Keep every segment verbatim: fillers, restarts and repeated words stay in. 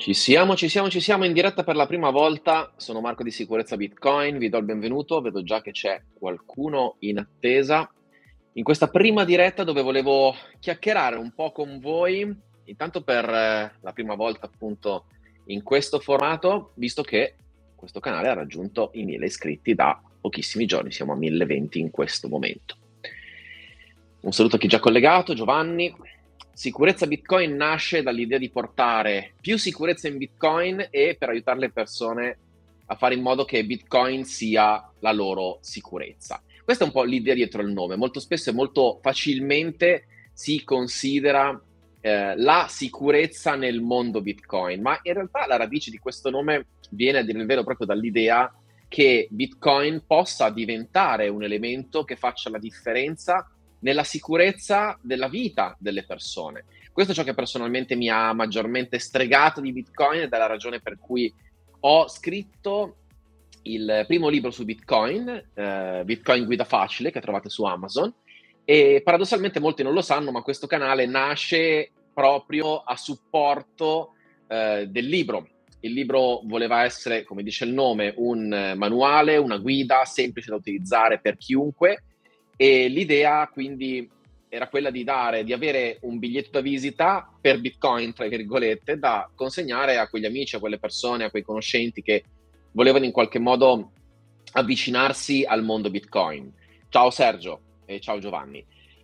Ci siamo, ci siamo, ci siamo in diretta per la prima volta. Sono Marco di Sicurezza Bitcoin, vi do il benvenuto. Vedo già che c'è qualcuno in attesa in questa prima diretta dove volevo chiacchierare un po' con voi, intanto per eh, la prima volta appunto in questo formato, visto che questo canale ha raggiunto i mille iscritti da pochissimi giorni, siamo a mille venti in questo momento. Un saluto a chi è già collegato, Giovanni. Sicurezza Bitcoin nasce dall'idea di portare più sicurezza in Bitcoin e per aiutare le persone a fare in modo che Bitcoin sia la loro sicurezza. Questa è un po' l'idea dietro il nome. Molto spesso e molto facilmente si considera eh, la sicurezza nel mondo Bitcoin, ma in realtà la radice di questo nome viene a dire il vero proprio dall'idea che Bitcoin possa diventare un elemento che faccia la differenza nella sicurezza della vita delle persone. Questo è ciò che personalmente mi ha maggiormente stregato di Bitcoin ed è la ragione per cui ho scritto il primo libro su Bitcoin, eh, Bitcoin Guida Facile, che trovate su Amazon, e paradossalmente molti non lo sanno, ma questo canale nasce proprio a supporto eh, del libro. Il libro voleva essere, come dice il nome, un manuale, una guida semplice da utilizzare per chiunque, e l'idea quindi era quella di dare, di avere un biglietto da visita per Bitcoin, tra virgolette, da consegnare a quegli amici, a quelle persone, a quei conoscenti che volevano in qualche modo avvicinarsi al mondo Bitcoin. Ciao Sergio e ciao Giovanni.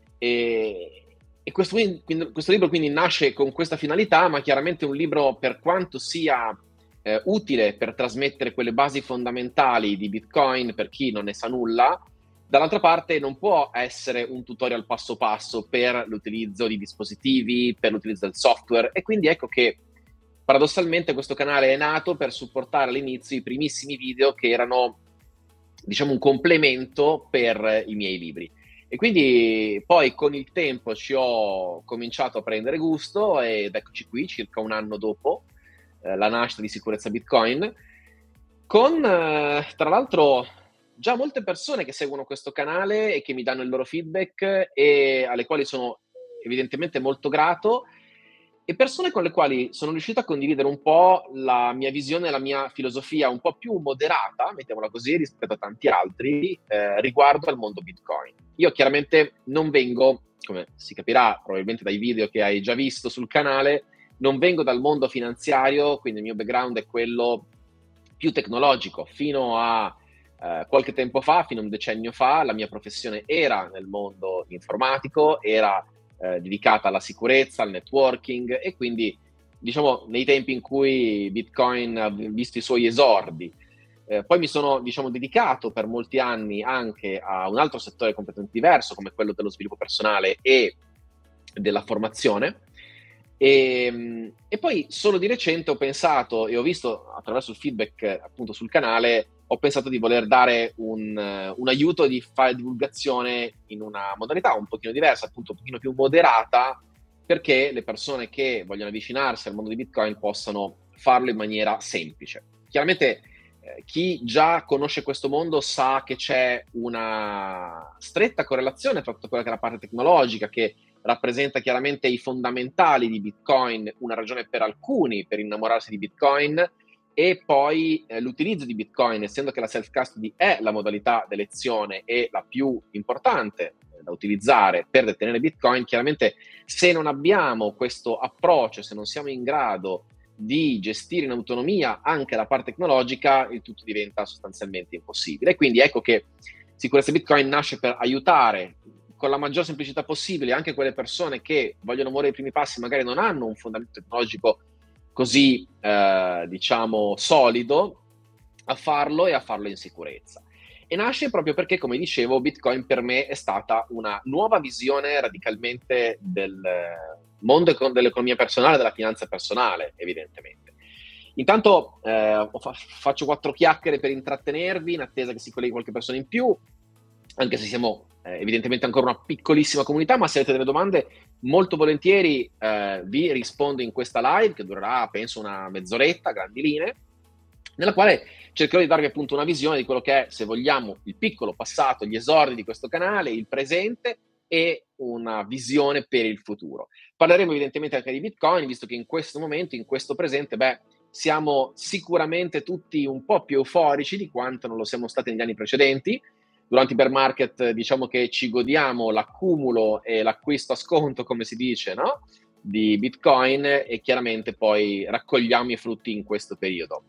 E, e questo, quindi, questo libro quindi nasce con questa finalità, ma chiaramente un libro, per quanto sia eh, utile per trasmettere quelle basi fondamentali di Bitcoin per chi non ne sa nulla, dall'altra parte non può essere un tutorial passo passo per l'utilizzo di dispositivi, per l'utilizzo del software, e quindi ecco che paradossalmente questo canale è nato per supportare all'inizio i primissimi video che erano, diciamo, un complemento per i miei libri. E quindi poi con il tempo ci ho cominciato a prendere gusto ed eccoci qui, circa un anno dopo eh, la nascita di Sicurezza Bitcoin, con eh, tra l'altro già molte persone che seguono questo canale e che mi danno il loro feedback e alle quali sono evidentemente molto grato, e persone con le quali sono riuscito a condividere un po' la mia visione, la mia filosofia un po' più moderata, mettiamola così, rispetto a tanti altri, eh, riguardo al mondo Bitcoin. Io chiaramente non vengo, come si capirà probabilmente dai video che hai già visto sul canale, non vengo dal mondo finanziario, quindi il mio background è quello più tecnologico. Fino a Uh, qualche tempo fa, fino a un decennio fa, la mia professione era nel mondo informatico, era uh, dedicata alla sicurezza, al networking, e quindi, diciamo, nei tempi in cui Bitcoin ha visto i suoi esordi. Uh, poi mi sono, diciamo, dedicato per molti anni anche a un altro settore completamente diverso, come quello dello sviluppo personale e della formazione. E, e poi solo di recente ho pensato, e ho visto attraverso il feedback appunto sul canale, ho pensato di voler dare un, un aiuto di fare divulgazione in una modalità un pochino diversa, appunto un pochino più moderata, perché le persone che vogliono avvicinarsi al mondo di Bitcoin possano farlo in maniera semplice. Chiaramente eh, chi già conosce questo mondo sa che c'è una stretta correlazione tra tutta quella che è la parte tecnologica, che rappresenta chiaramente i fondamentali di Bitcoin, una ragione per alcuni per innamorarsi di Bitcoin, e poi eh, l'utilizzo di Bitcoin, essendo che la self-custody è la modalità d'elezione e la più importante eh, da utilizzare per detenere Bitcoin. Chiaramente se non abbiamo questo approccio, se non siamo in grado di gestire in autonomia anche la parte tecnologica, il tutto diventa sostanzialmente impossibile. E quindi ecco che Sicurezza Bitcoin nasce per aiutare con la maggior semplicità possibile anche quelle persone che vogliono muovere i primi passi, magari non hanno un fondamento tecnologico così, eh, diciamo, solido, a farlo e a farlo in sicurezza. E nasce proprio perché, come dicevo, Bitcoin per me è stata una nuova visione radicalmente del mondo dell'economia personale, della finanza personale, evidentemente. Intanto eh, faccio quattro chiacchiere per intrattenervi, in attesa che si colleghi qualche persona in più, anche se siamo eh, evidentemente ancora una piccolissima comunità, ma se avete delle domande molto volentieri eh, vi rispondo in questa live che durerà penso una mezz'oretta, grandi linee, nella quale cercherò di darvi appunto una visione di quello che è, se vogliamo, il piccolo passato, gli esordi di questo canale, il presente e una visione per il futuro. Parleremo evidentemente anche di Bitcoin, visto che in questo momento, in questo presente, beh, siamo sicuramente tutti un po' più euforici di quanto non lo siamo stati negli anni precedenti. Durante i bear market diciamo che ci godiamo l'accumulo e l'acquisto a sconto, come si dice, no? Di Bitcoin, e chiaramente poi raccogliamo i frutti in questo periodo.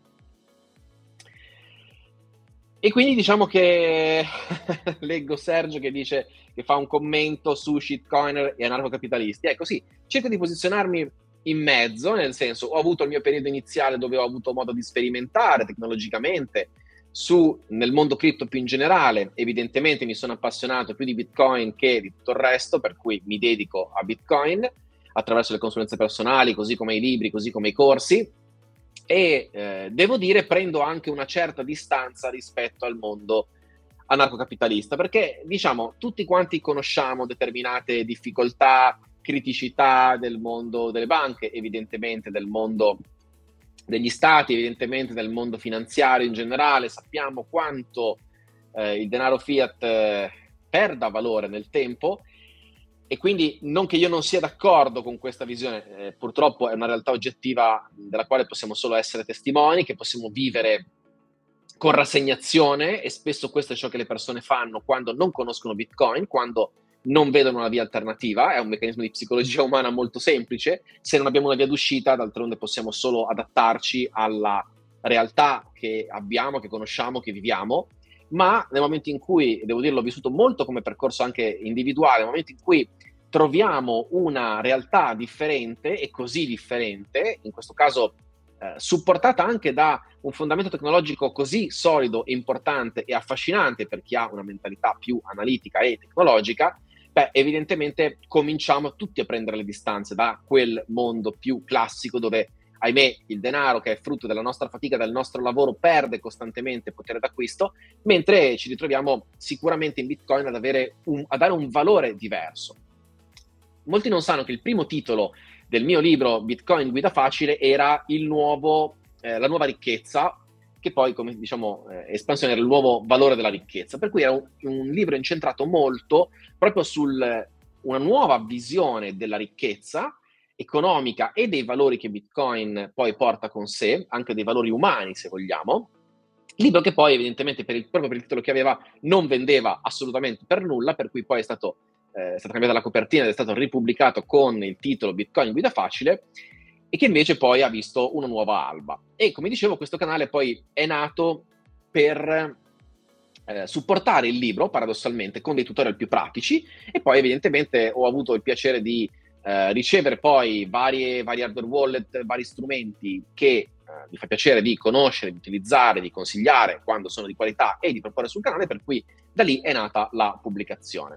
E quindi diciamo che leggo Sergio che dice che fa un commento su shitcoiner e anarcocapitalisti. Ecco, sì, cerco di posizionarmi in mezzo, nel senso, ho avuto il mio periodo iniziale dove ho avuto modo di sperimentare tecnologicamente su nel mondo cripto più in generale. Evidentemente mi sono appassionato più di Bitcoin che di tutto il resto, per cui mi dedico a Bitcoin attraverso le consulenze personali, così come i libri, così come i corsi. E eh, devo dire prendo anche una certa distanza rispetto al mondo anarcocapitalista, perché diciamo tutti quanti conosciamo determinate difficoltà, criticità del mondo delle banche, evidentemente del mondo degli stati, evidentemente del mondo finanziario in generale. Sappiamo quanto eh, il denaro fiat eh, perda valore nel tempo. E quindi non che io non sia d'accordo con questa visione, eh, purtroppo è una realtà oggettiva della quale possiamo solo essere testimoni, che possiamo vivere con rassegnazione, e spesso questo è ciò che le persone fanno quando non conoscono Bitcoin, quando non vedono una via alternativa. È un meccanismo di psicologia umana molto semplice. Se non abbiamo una via d'uscita, d'altronde possiamo solo adattarci alla realtà che abbiamo, che conosciamo, che viviamo. Ma nel momento in cui, devo dirlo, ho vissuto molto come percorso anche individuale, nel momento in cui troviamo una realtà differente e così differente, in questo caso eh, supportata anche da un fondamento tecnologico così solido, importante e affascinante per chi ha una mentalità più analitica e tecnologica, beh, evidentemente cominciamo tutti a prendere le distanze da quel mondo più classico dove, ahimè, il denaro, che è frutto della nostra fatica, del nostro lavoro, perde costantemente potere d'acquisto, mentre ci ritroviamo sicuramente in Bitcoin ad, avere un, a dare un valore diverso. Molti non sanno che il primo titolo del mio libro Bitcoin Guida Facile era il nuovo, eh, la nuova ricchezza, che poi, come diciamo, eh, espansione era il nuovo valore della ricchezza, per cui era un, un libro incentrato molto proprio su una nuova visione della ricchezza economica e dei valori che Bitcoin poi porta con sé, anche dei valori umani se vogliamo. Libro che poi evidentemente per il, proprio per il titolo che aveva non vendeva assolutamente per nulla, per cui poi è stato eh, è stata cambiata la copertina ed è stato ripubblicato con il titolo Bitcoin Guida Facile, e che invece poi ha visto una nuova alba. E come dicevo, questo canale poi è nato per eh, supportare il libro, paradossalmente, con dei tutorial più pratici, e poi evidentemente ho avuto il piacere di Eh, ricevere poi varie, vari hardware wallet, vari strumenti che eh, mi fa piacere di conoscere, di utilizzare, di consigliare quando sono di qualità e di proporre sul canale, per cui da lì è nata la pubblicazione.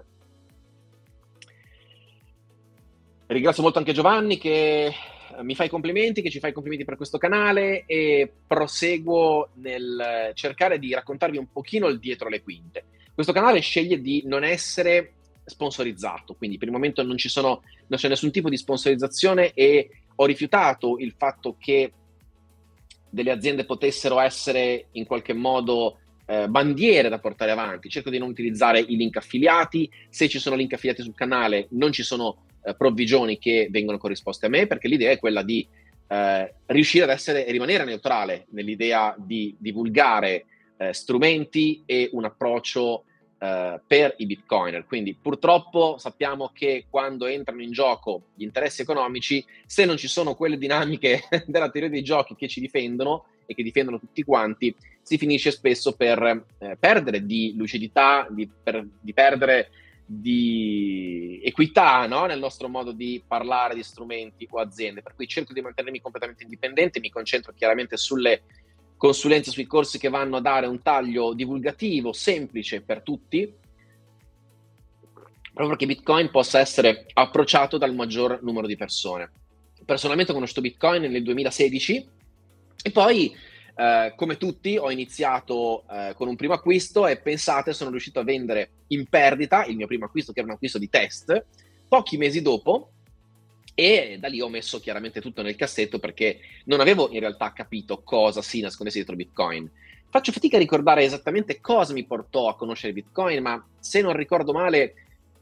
Ringrazio molto anche Giovanni che mi fa i complimenti, che ci fa i complimenti per questo canale, e proseguo nel cercare di raccontarvi un pochino il dietro le quinte. Questo canale sceglie di non essere sponsorizzato, quindi per il momento non ci sono, non c'è nessun tipo di sponsorizzazione, e ho rifiutato il fatto che delle aziende potessero essere in qualche modo eh, bandiere da portare avanti. Cerco di non utilizzare i link affiliati. Se ci sono link affiliati sul canale non ci sono eh, provvigioni che vengono corrisposte a me, perché l'idea è quella di eh, riuscire ad essere e rimanere neutrale nell'idea di divulgare eh, strumenti e un approccio Uh, per i bitcoiner. Quindi purtroppo sappiamo che quando entrano in gioco gli interessi economici, se non ci sono quelle dinamiche della teoria dei giochi che ci difendono e che difendono tutti quanti, si finisce spesso per eh, perdere di lucidità, di, per, di perdere di equità, no? Nel nostro modo di parlare di strumenti o aziende. Per cui cerco di mantenermi completamente indipendente, mi concentro chiaramente sulle consulenze, sui corsi che vanno a dare un taglio divulgativo semplice per tutti, proprio perché Bitcoin possa essere approcciato dal maggior numero di persone. Personalmente ho conosciuto Bitcoin nel duemilasedici e poi eh, come tutti ho iniziato eh, con un primo acquisto, e pensate, sono riuscito a vendere in perdita il mio primo acquisto, che era un acquisto di test, pochi mesi dopo. E da lì ho messo chiaramente tutto nel cassetto, perché non avevo in realtà capito cosa si nascondesse dietro Bitcoin. Faccio fatica a ricordare esattamente cosa mi portò a conoscere Bitcoin, ma se non ricordo male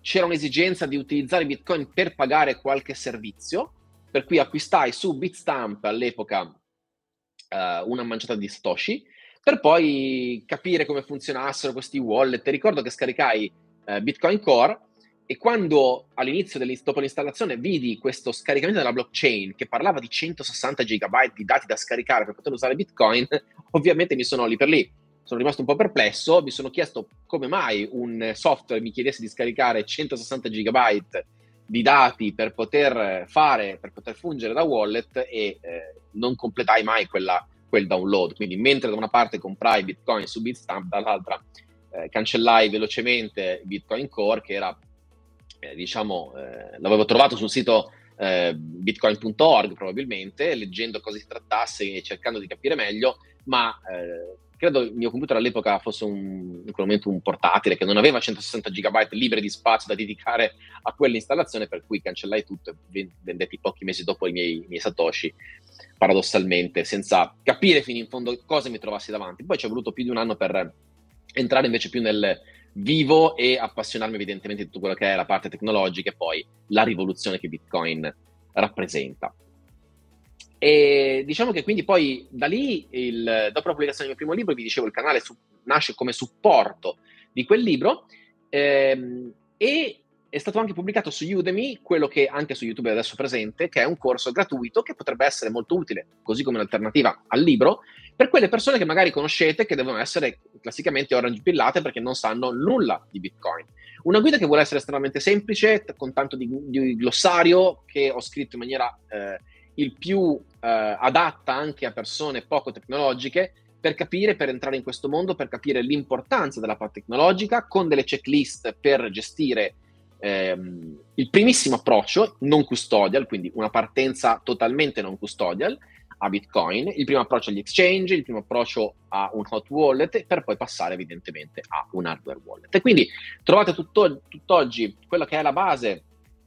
c'era un'esigenza di utilizzare Bitcoin per pagare qualche servizio, per cui acquistai su Bitstamp all'epoca uh, una manciata di Satoshi, per poi capire come funzionassero questi wallet. Ricordo che scaricai uh, Bitcoin Core, e quando all'inizio, dopo l'installazione, vidi questo scaricamento della blockchain che parlava di centosessanta gigabyte di dati da scaricare per poter usare Bitcoin, ovviamente mi sono lì per lì, sono rimasto un po' perplesso, mi sono chiesto come mai un software mi chiedesse di scaricare centosessanta gigabyte di dati per poter fare, per poter fungere da wallet, e eh, non completai mai quella, quel download. Quindi mentre da una parte comprai Bitcoin su Bitstamp, dall'altra eh, cancellai velocemente Bitcoin Core, che era Eh, diciamo, eh, l'avevo trovato sul sito eh, bitcoin punto org probabilmente, leggendo cosa si trattasse e cercando di capire meglio, ma eh, credo il mio computer all'epoca fosse un, in quel momento un portatile che non aveva centosessanta gigabyte liberi di spazio da dedicare a quell'installazione, per cui cancellai tutto e vendetti pochi mesi dopo i miei, i miei Satoshi, paradossalmente, senza capire fino in fondo cosa mi trovassi davanti. Poi ci è voluto più di un anno per entrare invece più nel vivo e appassionarmi evidentemente di tutto quello che è la parte tecnologica e poi la rivoluzione che Bitcoin rappresenta. E diciamo che quindi poi da lì, il, dopo la pubblicazione del mio primo libro, vi dicevo, il canale su, nasce come supporto di quel libro, ehm, e è stato anche pubblicato su Udemy, quello che anche su YouTube è adesso presente, che è un corso gratuito che potrebbe essere molto utile, così come un'alternativa al libro, per quelle persone che magari conoscete, che devono essere classicamente orange pillate perché non sanno nulla di Bitcoin. Una guida che vuole essere estremamente semplice, con tanto di, di glossario, che ho scritto in maniera eh, il più eh, adatta anche a persone poco tecnologiche, per capire, per entrare in questo mondo, per capire l'importanza della parte tecnologica, con delle checklist per gestire ehm, il primissimo approccio, non custodial, quindi una partenza totalmente non custodial a Bitcoin, il primo approccio agli exchange, il primo approccio a un hot wallet, per poi passare evidentemente a un hardware wallet. E quindi trovate tutto, tutt'oggi quello che è la base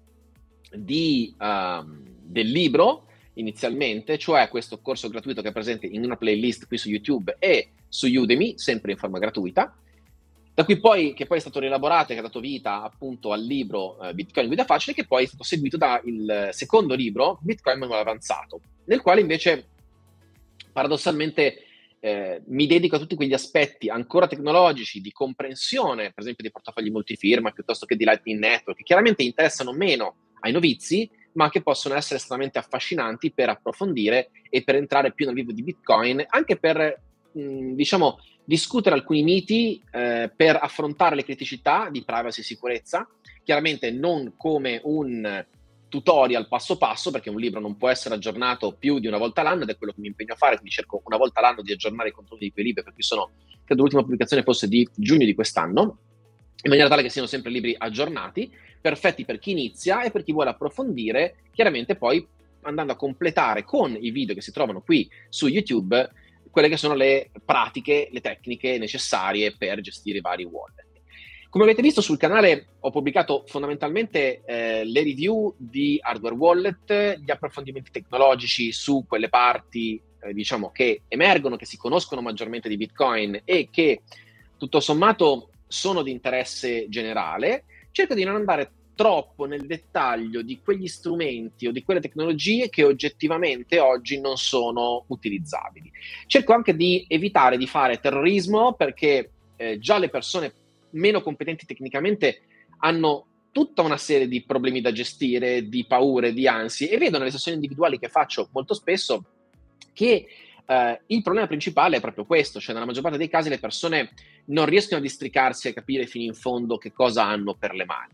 di, um, del libro inizialmente, cioè questo corso gratuito che è presente in una playlist qui su YouTube e su Udemy, sempre in forma gratuita, da cui poi, che poi è stato rielaborato e che ha dato vita appunto al libro eh, Bitcoin Guida Facile, che poi è stato seguito dal secondo libro, Bitcoin Manuale Avanzato, nel quale invece paradossalmente eh, mi dedico a tutti quegli aspetti ancora tecnologici di comprensione, per esempio di portafogli multifirma piuttosto che di Lightning Network, che chiaramente interessano meno ai novizi, ma che possono essere estremamente affascinanti per approfondire e per entrare più nel vivo di Bitcoin, anche per, mh, diciamo, discutere alcuni miti, eh, per affrontare le criticità di privacy e sicurezza, chiaramente non come un tutorial passo passo, perché un libro non può essere aggiornato più di una volta l'anno, ed è quello che mi impegno a fare, quindi cerco una volta l'anno di aggiornare i contenuti di quei libri, per cui sono, credo l'ultima pubblicazione fosse di giugno di quest'anno, in maniera tale che siano sempre libri aggiornati, perfetti per chi inizia e per chi vuole approfondire, chiaramente poi andando a completare con i video che si trovano qui su YouTube quelle che sono le pratiche, le tecniche necessarie per gestire i vari wallet. Come avete visto sul canale ho pubblicato fondamentalmente eh, le review di hardware wallet, gli approfondimenti tecnologici su quelle parti eh, diciamo che emergono, che si conoscono maggiormente di Bitcoin e che tutto sommato sono di interesse generale. Cerco di non andare troppo nel dettaglio di quegli strumenti o di quelle tecnologie che oggettivamente oggi non sono utilizzabili. Cerco anche di evitare di fare terrorismo, perché eh, già le persone meno competenti tecnicamente hanno tutta una serie di problemi da gestire, di paure, di ansie, e vedo nelle sessioni individuali che faccio molto spesso che eh, il problema principale è proprio questo, cioè nella maggior parte dei casi le persone non riescono a districarsi e a capire fino in fondo che cosa hanno per le mani.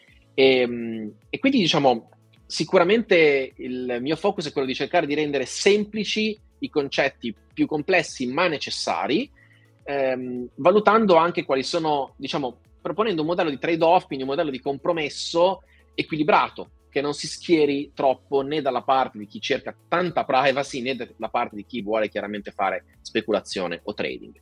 E, e quindi diciamo sicuramente il mio focus è quello di cercare di rendere semplici i concetti più complessi ma necessari, ehm, valutando anche quali sono, diciamo, proponendo un modello di trade-off, quindi un modello di compromesso equilibrato, che non si schieri troppo né dalla parte di chi cerca tanta privacy né dalla parte di chi vuole chiaramente fare speculazione o trading.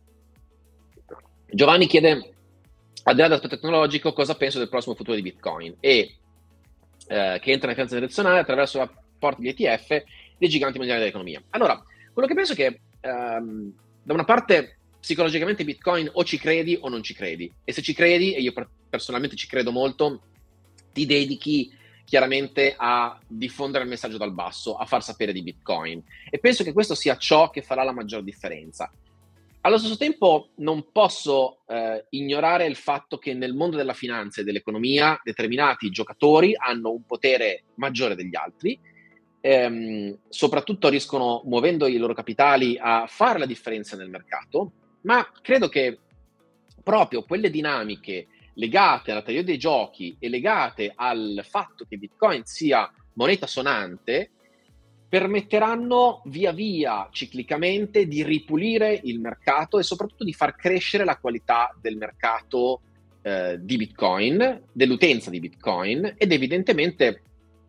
Giovanni chiede, al di là dell'aspetto tecnologico, cosa penso del prossimo futuro di Bitcoin e eh, che entra nella finanza tradizionale attraverso la porta degli E T F dei giganti mondiali dell'economia. Allora, quello che penso è che ehm, da una parte psicologicamente Bitcoin o ci credi o non ci credi, e se ci credi, e io personalmente ci credo molto, ti dedichi chiaramente a diffondere il messaggio dal basso, a far sapere di Bitcoin. E penso che questo sia ciò che farà la maggior differenza. Allo stesso tempo non posso eh, ignorare il fatto che nel mondo della finanza e dell'economia determinati giocatori hanno un potere maggiore degli altri, ehm, soprattutto riescono, muovendo i loro capitali, a fare la differenza nel mercato, ma credo che proprio quelle dinamiche legate alla teoria dei giochi e legate al fatto che Bitcoin sia moneta sonante permetteranno via via, ciclicamente, di ripulire il mercato e soprattutto di far crescere la qualità del mercato eh, di Bitcoin, dell'utenza di Bitcoin, ed evidentemente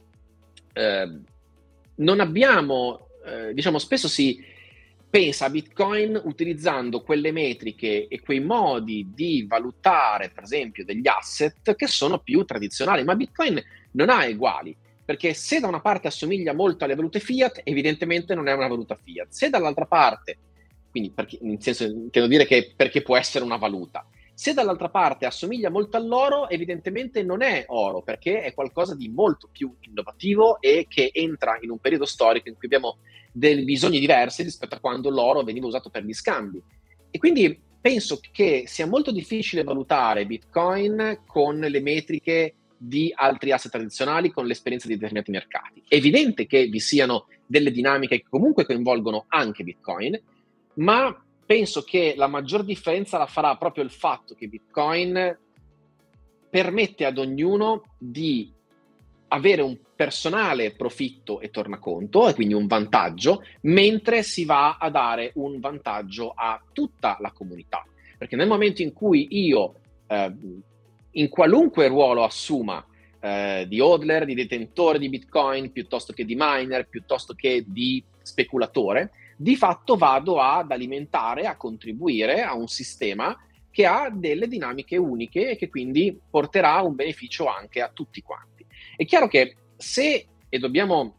eh, non abbiamo, eh, diciamo, spesso si pensa a Bitcoin utilizzando quelle metriche e quei modi di valutare, per esempio, degli asset che sono più tradizionali, ma Bitcoin non ha eguali. Perché se da una parte assomiglia molto alle valute fiat, evidentemente non è una valuta fiat. Se dall'altra parte, quindi perché, nel senso, intendo dire che perché può essere una valuta, se dall'altra parte assomiglia molto all'oro, evidentemente non è oro, perché è qualcosa di molto più innovativo e che entra in un periodo storico in cui abbiamo dei bisogni diversi rispetto a quando l'oro veniva usato per gli scambi. E quindi penso che sia molto difficile valutare Bitcoin con le metriche di altri asset tradizionali, con l'esperienza di determinati mercati. È evidente che vi siano delle dinamiche che comunque coinvolgono anche Bitcoin, ma penso che la maggior differenza la farà proprio il fatto che Bitcoin permette ad ognuno di avere un personale profitto e tornaconto, e quindi un vantaggio, mentre si va a dare un vantaggio a tutta la comunità. Perché nel momento in cui io eh, in qualunque ruolo assuma, eh, di hodler, di detentore di Bitcoin, piuttosto che di miner, piuttosto che di speculatore, di fatto vado ad alimentare, a contribuire a un sistema che ha delle dinamiche uniche e che quindi porterà un beneficio anche a tutti quanti. È chiaro che se, e dobbiamo,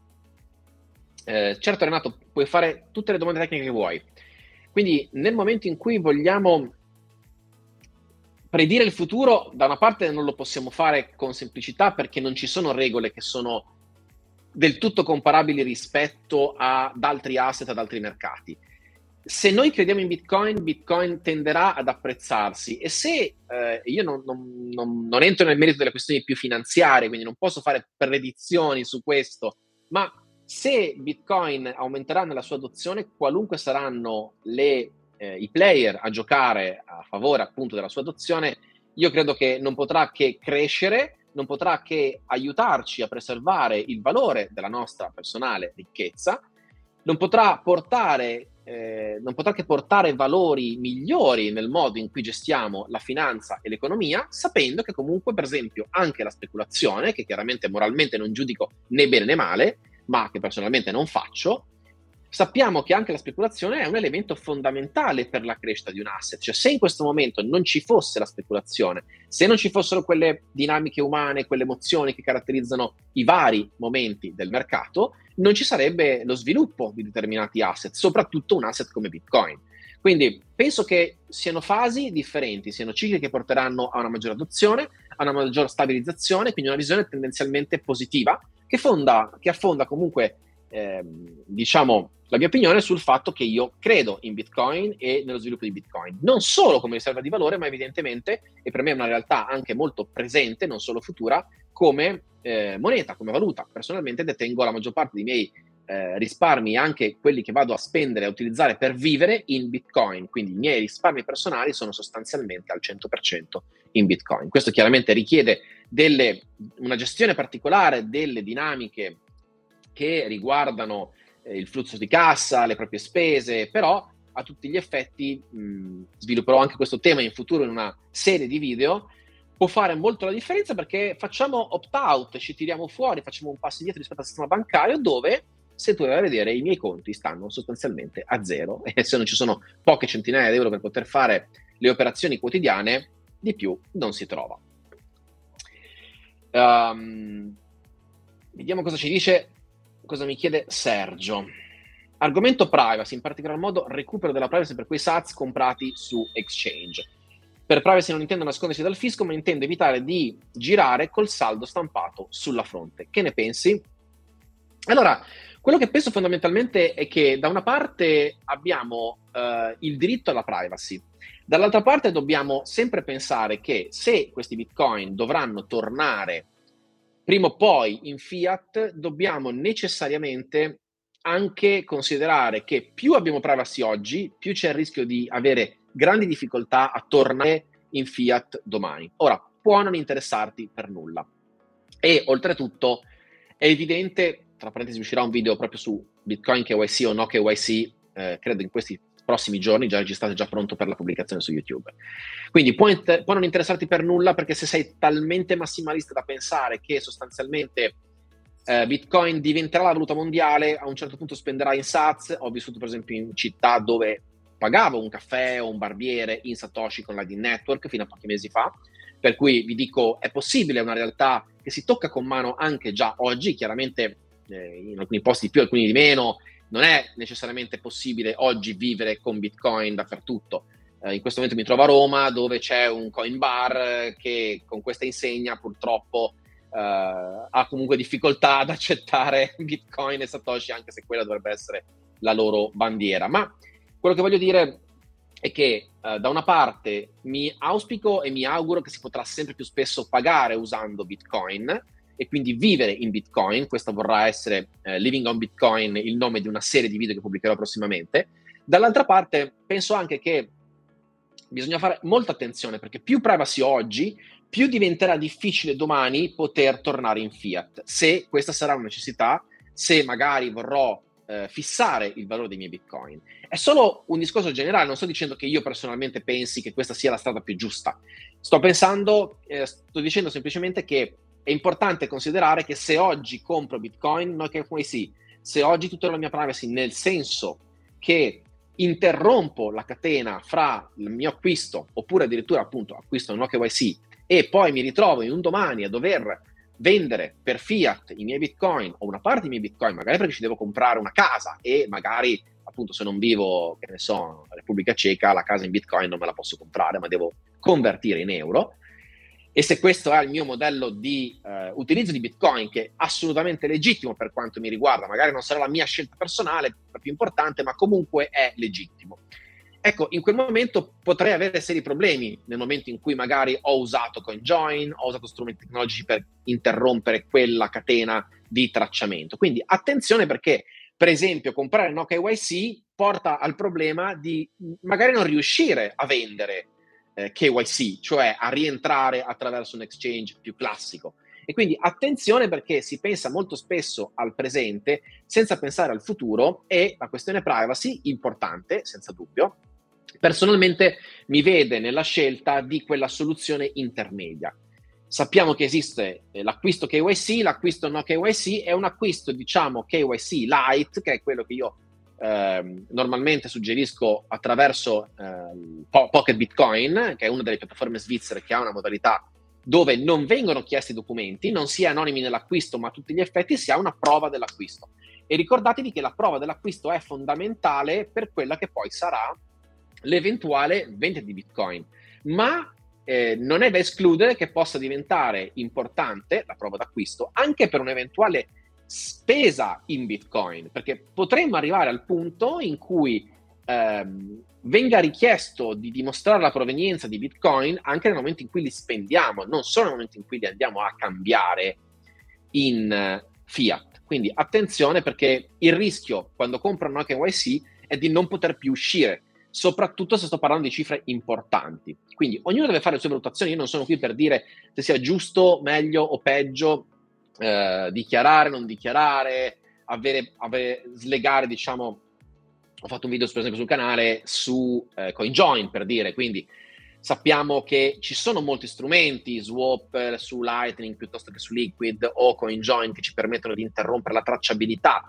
eh, certo Renato, puoi fare tutte le domande tecniche che vuoi, quindi nel momento in cui vogliamo predire il futuro, da una parte non lo possiamo fare con semplicità perché non ci sono regole che sono del tutto comparabili rispetto ad altri asset, ad altri mercati. Se noi crediamo in Bitcoin, Bitcoin tenderà ad apprezzarsi, e se eh, io non, non, non, non entro nel merito delle questioni più finanziarie, quindi non posso fare predizioni su questo, ma se Bitcoin aumenterà nella sua adozione, qualunque saranno le Eh, i player a giocare a favore appunto della sua adozione, io credo che non potrà che crescere, non potrà che aiutarci a preservare il valore della nostra personale ricchezza, non potrà portare eh, non potrà che portare valori migliori nel modo in cui gestiamo la finanza e l'economia, sapendo che comunque, per esempio, anche la speculazione, che chiaramente moralmente non giudico né bene né male, ma che personalmente non faccio, sappiamo che anche la speculazione è un elemento fondamentale per la crescita di un asset. Cioè, se in questo momento non ci fosse la speculazione, se non ci fossero quelle dinamiche umane, quelle emozioni che caratterizzano i vari momenti del mercato, non ci sarebbe lo sviluppo di determinati asset, soprattutto un asset come Bitcoin. Quindi penso che siano fasi differenti, siano cicli che porteranno a una maggiore adozione, a una maggiore stabilizzazione, quindi una visione tendenzialmente positiva che, fonda, che affonda comunque Eh, diciamo la mia opinione sul fatto che io credo in Bitcoin e nello sviluppo di Bitcoin, non solo come riserva di valore, ma evidentemente, e per me è una realtà anche molto presente, non solo futura, come eh, moneta, come valuta. Personalmente detengo la maggior parte dei miei eh, risparmi, anche quelli che vado a spendere e a utilizzare per vivere, in Bitcoin, quindi i miei risparmi personali sono sostanzialmente al cento per cento in Bitcoin. Questo chiaramente richiede delle, una gestione particolare delle dinamiche che riguardano eh, il flusso di cassa, le proprie spese, però a tutti gli effetti, mh, svilupperò anche questo tema in futuro in una serie di video, può fare molto la differenza perché facciamo opt-out, ci tiriamo fuori, facciamo un passo indietro rispetto al sistema bancario dove, se tu vai a vedere, i miei conti stanno sostanzialmente a zero e se non ci sono poche centinaia di euro per poter fare le operazioni quotidiane, di più non si trova. Um, vediamo cosa ci dice. Cosa mi chiede Sergio? Argomento privacy, in particolar modo recupero della privacy per quei sats comprati su exchange. Per privacy non intendo nascondersi dal fisco, ma intendo evitare di girare col saldo stampato sulla fronte. Che ne pensi? Allora, quello che penso fondamentalmente è che da una parte abbiamo eh, il diritto alla privacy, dall'altra parte dobbiamo sempre pensare che se questi bitcoin dovranno tornare prima o poi in fiat, dobbiamo necessariamente anche considerare che più abbiamo privacy oggi, più c'è il rischio di avere grandi difficoltà a tornare in fiat domani. Ora, può non interessarti per nulla. E oltretutto è evidente, tra parentesi uscirà un video proprio su Bitcoin K Y C o no K Y C, eh, credo in questi prossimi giorni, già registrato e già pronto per la pubblicazione su YouTube. Quindi può, inter- può non interessarti per nulla, perché se sei talmente massimalista da pensare che sostanzialmente eh, Bitcoin diventerà la valuta mondiale, a un certo punto spenderai in sats. Ho vissuto per esempio in città dove pagavo un caffè o un barbiere in Satoshi con Lightning Network fino a pochi mesi fa, per cui vi dico, è possibile, è una realtà che si tocca con mano anche già oggi. Chiaramente eh, in alcuni posti di più, alcuni di meno, non è necessariamente possibile oggi vivere con Bitcoin dappertutto. Eh, in questo momento mi trovo a Roma, dove c'è un coin bar eh, che con questa insegna purtroppo eh, ha comunque difficoltà ad accettare Bitcoin e Satoshi, anche se quella dovrebbe essere la loro bandiera. Ma quello che voglio dire è che eh, da una parte mi auspico e mi auguro che si potrà sempre più spesso pagare usando Bitcoin e quindi vivere in Bitcoin. Questo vorrà essere eh, Living on Bitcoin, il nome di una serie di video che pubblicherò prossimamente. Dall'altra parte penso anche che bisogna fare molta attenzione, perché più privacy oggi, più diventerà difficile domani poter tornare in fiat, se questa sarà una necessità, se magari vorrò eh, fissare il valore dei miei Bitcoin. È solo un discorso generale, non sto dicendo che io personalmente pensi che questa sia la strada più giusta. Sto pensando, eh, sto dicendo semplicemente che è importante considerare che se oggi compro Bitcoin, no K Y C, se oggi tutelo la mia privacy nel senso che interrompo la catena fra il mio acquisto, oppure addirittura appunto acquisto un no K Y C, e poi mi ritrovo in un domani a dover vendere per fiat i miei Bitcoin o una parte dei miei Bitcoin, magari perché ci devo comprare una casa e magari appunto se non vivo, che ne so, in Repubblica Ceca, la casa in Bitcoin non me la posso comprare, ma devo convertire in euro. E se questo è il mio modello di eh, utilizzo di Bitcoin, che è assolutamente legittimo per quanto mi riguarda, magari non sarà la mia scelta personale, la più importante, ma comunque è legittimo. Ecco, in quel momento potrei avere seri problemi, nel momento in cui magari ho usato CoinJoin, ho usato strumenti tecnologici per interrompere quella catena di tracciamento. Quindi attenzione, perché, per esempio, comprare no K Y C porta al problema di magari non riuscire a vendere K Y C, cioè a rientrare attraverso un exchange più classico. E quindi attenzione, perché si pensa molto spesso al presente senza pensare al futuro, e la questione privacy, importante, senza dubbio, personalmente mi vede nella scelta di quella soluzione intermedia. Sappiamo che esiste l'acquisto K Y C, l'acquisto no K Y C, è un acquisto, diciamo, K Y C light, che è quello che io Eh, normalmente suggerisco attraverso eh, Pocket Bitcoin, che è una delle piattaforme svizzere che ha una modalità dove non vengono chiesti documenti, non si è anonimi nell'acquisto, ma a tutti gli effetti si ha una prova dell'acquisto. E ricordatevi che la prova dell'acquisto è fondamentale per quella che poi sarà l'eventuale vendita di Bitcoin, ma eh, non è da escludere che possa diventare importante la prova d'acquisto anche per un'eventuale spesa in Bitcoin, perché potremmo arrivare al punto in cui ehm, venga richiesto di dimostrare la provenienza di Bitcoin anche nel momento in cui li spendiamo, non solo nel momento in cui li andiamo a cambiare in uh, fiat. Quindi attenzione, perché il rischio quando compro un K Y C è di non poter più uscire, soprattutto se sto parlando di cifre importanti. Quindi ognuno deve fare le sue valutazioni. Io non sono qui per dire se sia giusto, meglio o peggio Eh, dichiarare, non dichiarare, avere, avere, slegare, diciamo. Ho fatto un video per esempio sul canale su eh, CoinJoin, per dire, quindi sappiamo che ci sono molti strumenti, swap su Lightning piuttosto che su Liquid o CoinJoin, che ci permettono di interrompere la tracciabilità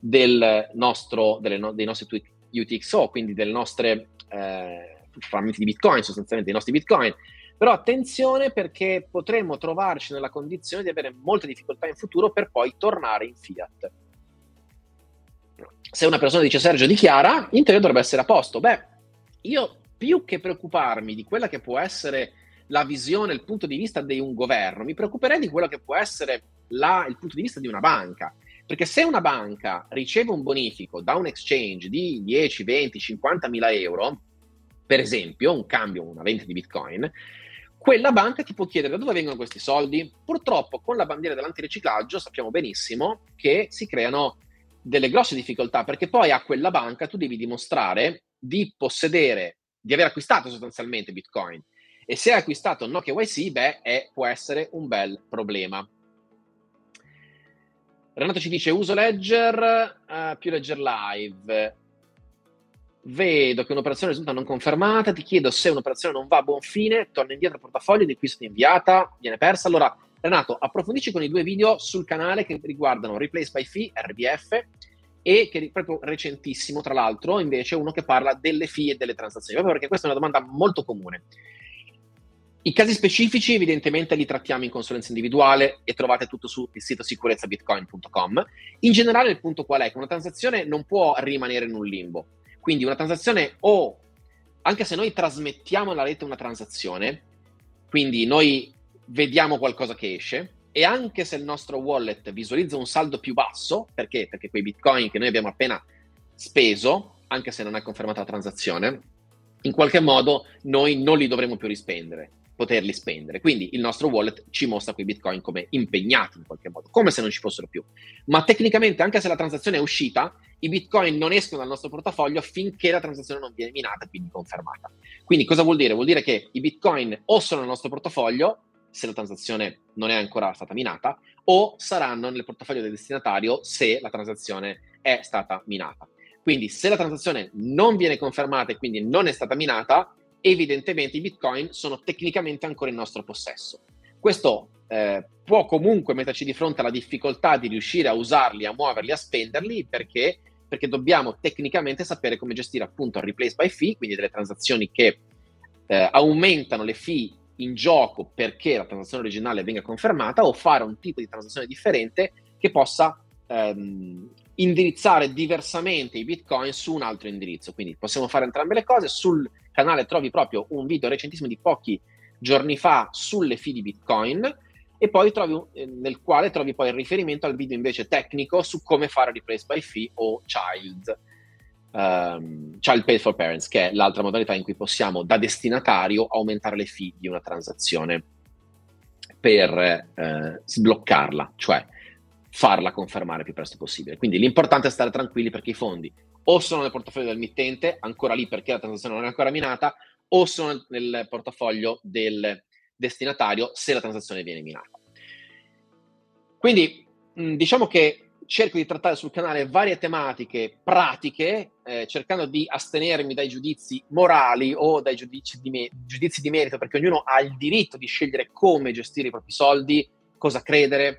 del nostro, delle no, dei nostri U T X O, quindi delle nostre eh, frammenti di Bitcoin, sostanzialmente dei nostri Bitcoin. Però attenzione, perché potremmo trovarci nella condizione di avere molte difficoltà in futuro per poi tornare in fiat. Se una persona dice Sergio dichiara, in teoria dovrebbe essere a posto. Beh, io più che preoccuparmi di quella che può essere la visione, il punto di vista di un governo, mi preoccuperei di quello che può essere la, il punto di vista di una banca. Perché se una banca riceve un bonifico da un exchange di dieci, venti, cinquanta mila euro, per esempio, un cambio, una vendita di Bitcoin, quella banca ti può chiedere da dove vengono questi soldi. Purtroppo con la bandiera dell'antiriciclaggio sappiamo benissimo che si creano delle grosse difficoltà, perché poi a quella banca tu devi dimostrare di possedere, di aver acquistato sostanzialmente Bitcoin. E se hai acquistato no K Y C, beh, è, può essere un bel problema. Renato ci dice, uso Ledger, uh, più Ledger Live. Vedo che un'operazione risulta non confermata, ti chiedo se un'operazione non va a buon fine, torna indietro al portafoglio di cui è stata inviata, viene persa. Allora, Renato, approfondisci con i due video sul canale che riguardano Replace by Fee, R B F, e che è proprio recentissimo, tra l'altro, invece uno che parla delle fee e delle transazioni, proprio perché questa è una domanda molto comune. I casi specifici evidentemente li trattiamo in consulenza individuale e trovate tutto sul sito sicurezza bitcoin punto com. In generale il punto qual è? Che una transazione non può rimanere in un limbo. Quindi una transazione, o anche se noi trasmettiamo alla rete una transazione, quindi noi vediamo qualcosa che esce, e anche se il nostro wallet visualizza un saldo più basso, perché? Perché quei bitcoin che noi abbiamo appena speso, anche se non è confermata la transazione, in qualche modo noi non li dovremo più rispendere, poterli spendere. Quindi il nostro wallet ci mostra quei bitcoin come impegnati in qualche modo, come se non ci fossero più. Ma tecnicamente, anche se la transazione è uscita, i bitcoin non escono dal nostro portafoglio finché la transazione non viene minata, quindi confermata. Quindi cosa vuol dire? Vuol dire che i bitcoin o sono nel nostro portafoglio, se la transazione non è ancora stata minata, o saranno nel portafoglio del destinatario se la transazione è stata minata. Quindi se la transazione non viene confermata e quindi non è stata minata, evidentemente i bitcoin sono tecnicamente ancora in nostro possesso. Questo eh, può comunque metterci di fronte alla difficoltà di riuscire a usarli, a muoverli, a spenderli, perché, perché dobbiamo tecnicamente sapere come gestire appunto il replace by fee, quindi delle transazioni che eh, aumentano le fee in gioco perché la transazione originale venga confermata, o fare un tipo di transazione differente che possa ehm, indirizzare diversamente i bitcoin su un altro indirizzo. Quindi possiamo fare entrambe le cose. Sul canale trovi proprio un video recentissimo di pochi giorni fa sulle fee di Bitcoin, e poi trovi eh, nel quale trovi poi il riferimento al video invece tecnico su come fare replace by fee o child um, child paid for parents, che è l'altra modalità in cui possiamo da destinatario aumentare le fee di una transazione per eh, sbloccarla, cioè farla confermare il più presto possibile. Quindi l'importante è stare tranquilli, perché i fondi o sono nel portafoglio del mittente, ancora lì perché la transazione non è ancora minata, o sono nel portafoglio del destinatario se la transazione viene minata. Quindi mh, diciamo che cerco di trattare sul canale varie tematiche pratiche, eh, cercando di astenermi dai giudizi morali o dai giudizi di, me- giudizi di merito, perché ognuno ha il diritto di scegliere come gestire i propri soldi, cosa credere,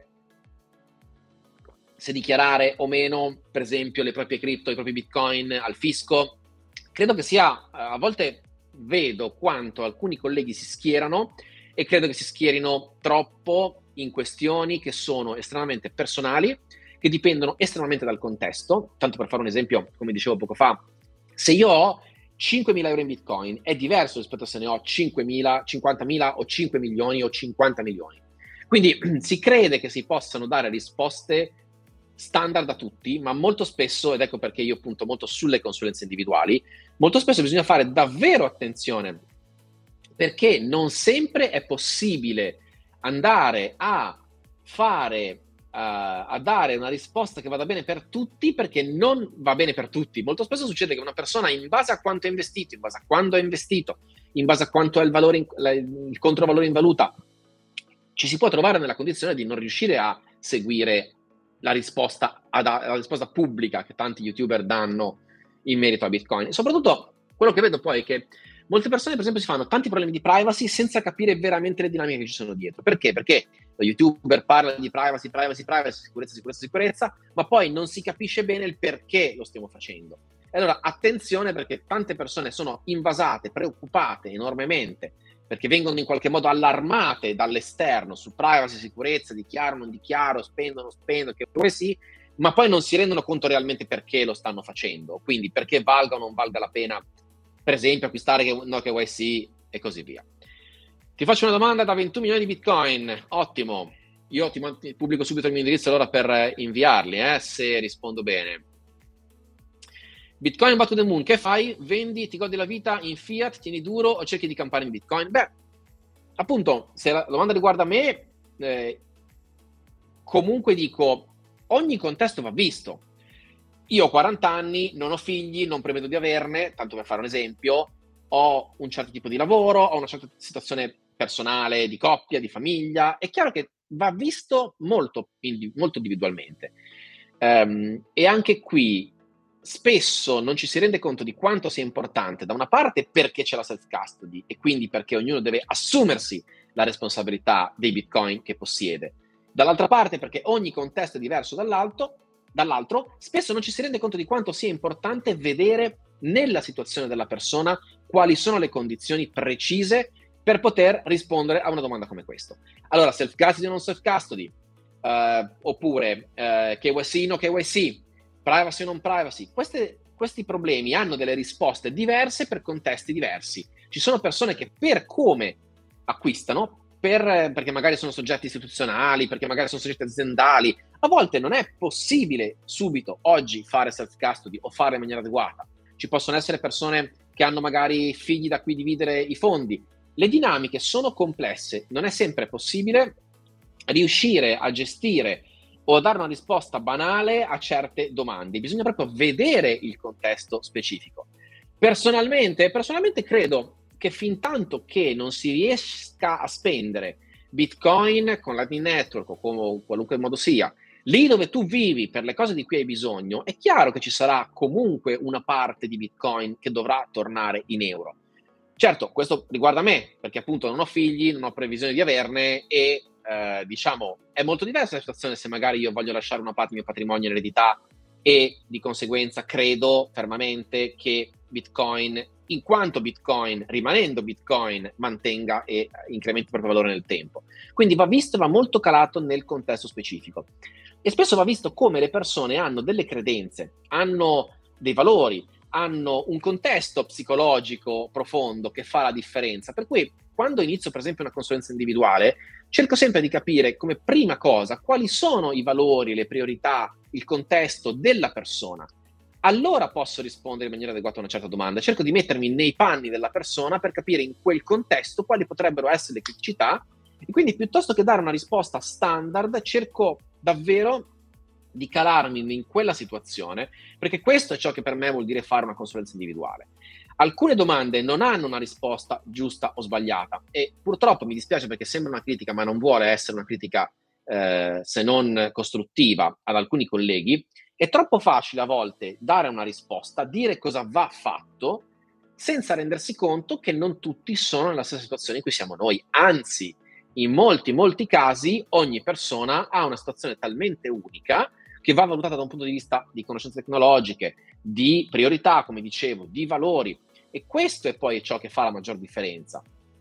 se dichiarare o meno, per esempio, le proprie cripto, i propri bitcoin al fisco. Credo che sia, a volte vedo quanto alcuni colleghi si schierano, e credo che si schierino troppo in questioni che sono estremamente personali, che dipendono estremamente dal contesto. Tanto per fare un esempio, come dicevo poco fa, se io ho cinquemila euro in bitcoin è diverso rispetto a se ne ho cinquemila, cinquantamila o cinque milioni o cinquanta milioni. Quindi si crede che si possano dare risposte standard a tutti, ma molto spesso, ed ecco perché io punto molto sulle consulenze individuali, molto spesso bisogna fare davvero attenzione, perché non sempre è possibile andare a fare Uh, a dare una risposta che vada bene per tutti, perché non va bene per tutti. Molto spesso succede che una persona, in base a quanto ha investito, in base a quando ha investito, in base a quanto è il valore in, la, il controvalore in valuta, ci si può trovare nella condizione di non riuscire a seguire la risposta, ad, la risposta pubblica che tanti youtuber danno in merito a Bitcoin. E soprattutto quello che vedo poi è che molte persone, per esempio, si fanno tanti problemi di privacy senza capire veramente le dinamiche che ci sono dietro. Perché? Perché lo youtuber parla di privacy, privacy, privacy, sicurezza, sicurezza, sicurezza, ma poi non si capisce bene il perché lo stiamo facendo. E allora attenzione, perché tante persone sono invasate, preoccupate enormemente, perché vengono in qualche modo allarmate dall'esterno su privacy, sicurezza, dichiaro, non dichiaro, spendo, non spendo, che pure sì, ma poi non si rendono conto realmente perché lo stanno facendo, quindi perché valga o non valga la pena per esempio acquistare no K Y C e così via. Ti faccio una domanda da ventuno milioni di Bitcoin, ottimo, io ti, ti pubblico subito il mio indirizzo allora per inviarli, eh, se rispondo bene. Bitcoin back to the moon, che fai? Vendi, ti godi la vita in fiat, tieni duro o cerchi di campare in Bitcoin? Beh, appunto, se la domanda riguarda me, eh, comunque dico, ogni contesto va visto. Io ho quaranta anni, non ho figli, non prevedo di averne, tanto per fare un esempio, ho un certo tipo di lavoro, ho una certa situazione personale, di coppia, di famiglia. È chiaro che va visto molto, molto individualmente. Um, e anche qui spesso non ci si rende conto di quanto sia importante, da una parte perché c'è la self-custody e quindi perché ognuno deve assumersi la responsabilità dei Bitcoin che possiede. Dall'altra parte perché ogni contesto è diverso dall'altro, dall'altro, spesso non ci si rende conto di quanto sia importante vedere nella situazione della persona quali sono le condizioni precise per poter rispondere a una domanda come questa. Allora, self-custody o non self-custody, uh, oppure uh, K Y C no K Y C, privacy o non privacy, Queste, questi problemi hanno delle risposte diverse per contesti diversi. Ci sono persone che per come acquistano, per, perché magari sono soggetti istituzionali, perché magari sono soggetti aziendali, a volte non è possibile subito oggi fare self-custody o fare in maniera adeguata. Ci possono essere persone che hanno magari figli da cui dividere i fondi. Le dinamiche sono complesse, non è sempre possibile riuscire a gestire o a dare una risposta banale a certe domande. Bisogna proprio vedere il contesto specifico. Personalmente, personalmente credo che fin tanto che non si riesca a spendere Bitcoin con Lightning Network o con qualunque modo sia, lì dove tu vivi per le cose di cui hai bisogno, è chiaro che ci sarà comunque una parte di Bitcoin che dovrà tornare in euro. Certo, questo riguarda me, perché appunto non ho figli, non ho previsione di averne e eh, diciamo è molto diversa la situazione se magari io voglio lasciare una parte del mio patrimonio in eredità e di conseguenza credo fermamente che Bitcoin, in quanto Bitcoin, rimanendo Bitcoin, mantenga e incrementi il proprio valore nel tempo. Quindi va visto e va molto calato nel contesto specifico. E spesso va visto come le persone hanno delle credenze, hanno dei valori, hanno un contesto psicologico profondo che fa la differenza. Per cui quando inizio per esempio una consulenza individuale, cerco sempre di capire come prima cosa quali sono i valori, le priorità, il contesto della persona. Allora posso rispondere in maniera adeguata a una certa domanda. Cerco di mettermi nei panni della persona per capire in quel contesto quali potrebbero essere le criticità e quindi piuttosto che dare una risposta standard cerco davvero di calarmi in quella situazione, perché questo è ciò che per me vuol dire fare una consulenza individuale. Alcune domande non hanno una risposta giusta o sbagliata e purtroppo mi dispiace perché sembra una critica, ma non vuole essere una critica eh, se non costruttiva ad alcuni colleghi. È troppo facile a volte dare una risposta, dire cosa va fatto, senza rendersi conto che non tutti sono nella stessa situazione in cui siamo noi. Anzi, in molti, molti casi ogni persona ha una situazione talmente unica che va valutata da un punto di vista di conoscenze tecnologiche, di priorità, come dicevo, di valori. E questo è poi ciò che fa la maggior differenza.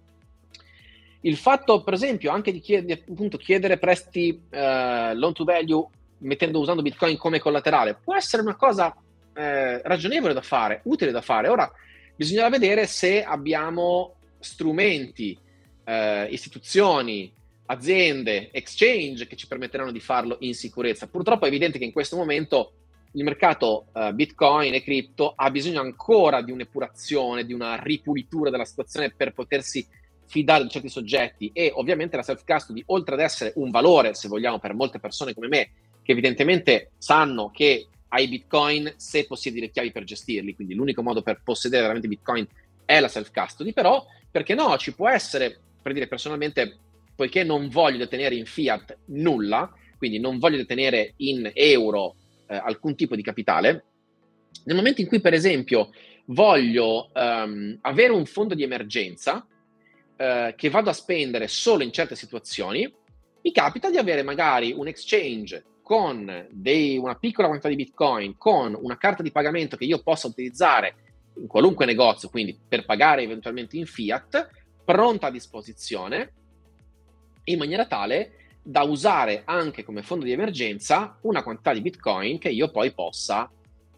Il fatto, per esempio, anche di chiedere, appunto, chiedere prestiti eh, loan to value mettendo, usando Bitcoin come collaterale, può essere una cosa eh, ragionevole da fare, utile da fare. Ora, bisognerà vedere se abbiamo strumenti, eh, istituzioni, aziende, exchange che ci permetteranno di farlo in sicurezza. Purtroppo è evidente che in questo momento il mercato uh, Bitcoin e cripto ha bisogno ancora di un'epurazione, di una ripulitura della situazione per potersi fidare di certi soggetti e ovviamente la self-custody, oltre ad essere un valore, se vogliamo, per molte persone come me, che evidentemente sanno che hai Bitcoin se possiedi le chiavi per gestirli, quindi l'unico modo per possedere veramente Bitcoin è la self-custody, però perché no, ci può essere, per dire personalmente, poiché non voglio detenere in fiat nulla, quindi non voglio detenere in euro eh, alcun tipo di capitale, nel momento in cui per esempio voglio um, avere un fondo di emergenza eh, che vado a spendere solo in certe situazioni, mi capita di avere magari un exchange con dei, una piccola quantità di Bitcoin, con una carta di pagamento che io possa utilizzare in qualunque negozio, quindi per pagare eventualmente in fiat, pronta a disposizione, in maniera tale da usare anche come fondo di emergenza una quantità di Bitcoin che io poi possa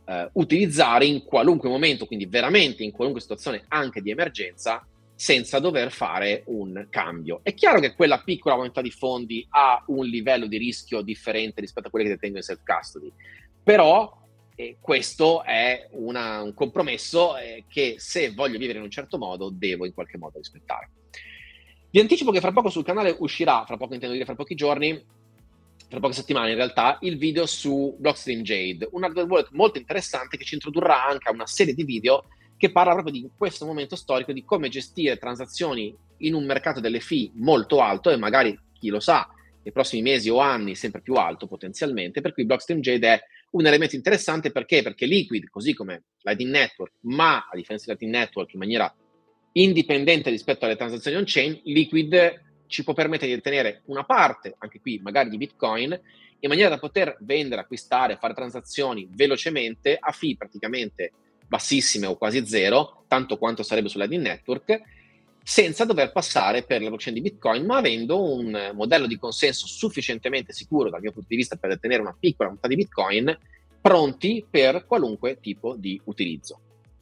eh, utilizzare in qualunque momento, quindi veramente in qualunque situazione anche di emergenza, senza dover fare un cambio. È chiaro che quella piccola quantità di fondi ha un livello di rischio differente rispetto a quelli che detengo in self-custody, però eh, questo è una, un compromesso eh, che, se voglio vivere in un certo modo, devo in qualche modo rispettare. Vi anticipo che fra poco sul canale uscirà, fra poco intendo dire fra pochi giorni, tra poche settimane in realtà, il video su Blockstream Jade, un hardware wallet molto interessante che ci introdurrà anche a una serie di video che parla proprio di questo momento storico, di come gestire transazioni in un mercato delle fee molto alto e magari, chi lo sa, nei prossimi mesi o anni sempre più alto potenzialmente, per cui Blockstream Jade è un elemento interessante. Perché? Perché Liquid, così come Lightning Network, ma a differenza di Lightning Network in maniera indipendente rispetto alle transazioni on-chain, Liquid ci può permettere di ottenere una parte, anche qui magari di Bitcoin, in maniera da poter vendere, acquistare, fare transazioni velocemente a fee praticamente bassissime o quasi zero, tanto quanto sarebbe su Lightning Network, senza dover passare per la blockchain di Bitcoin, ma avendo un modello di consenso sufficientemente sicuro dal mio punto di vista per ottenere una piccola quantità di Bitcoin, pronti per qualunque tipo di utilizzo.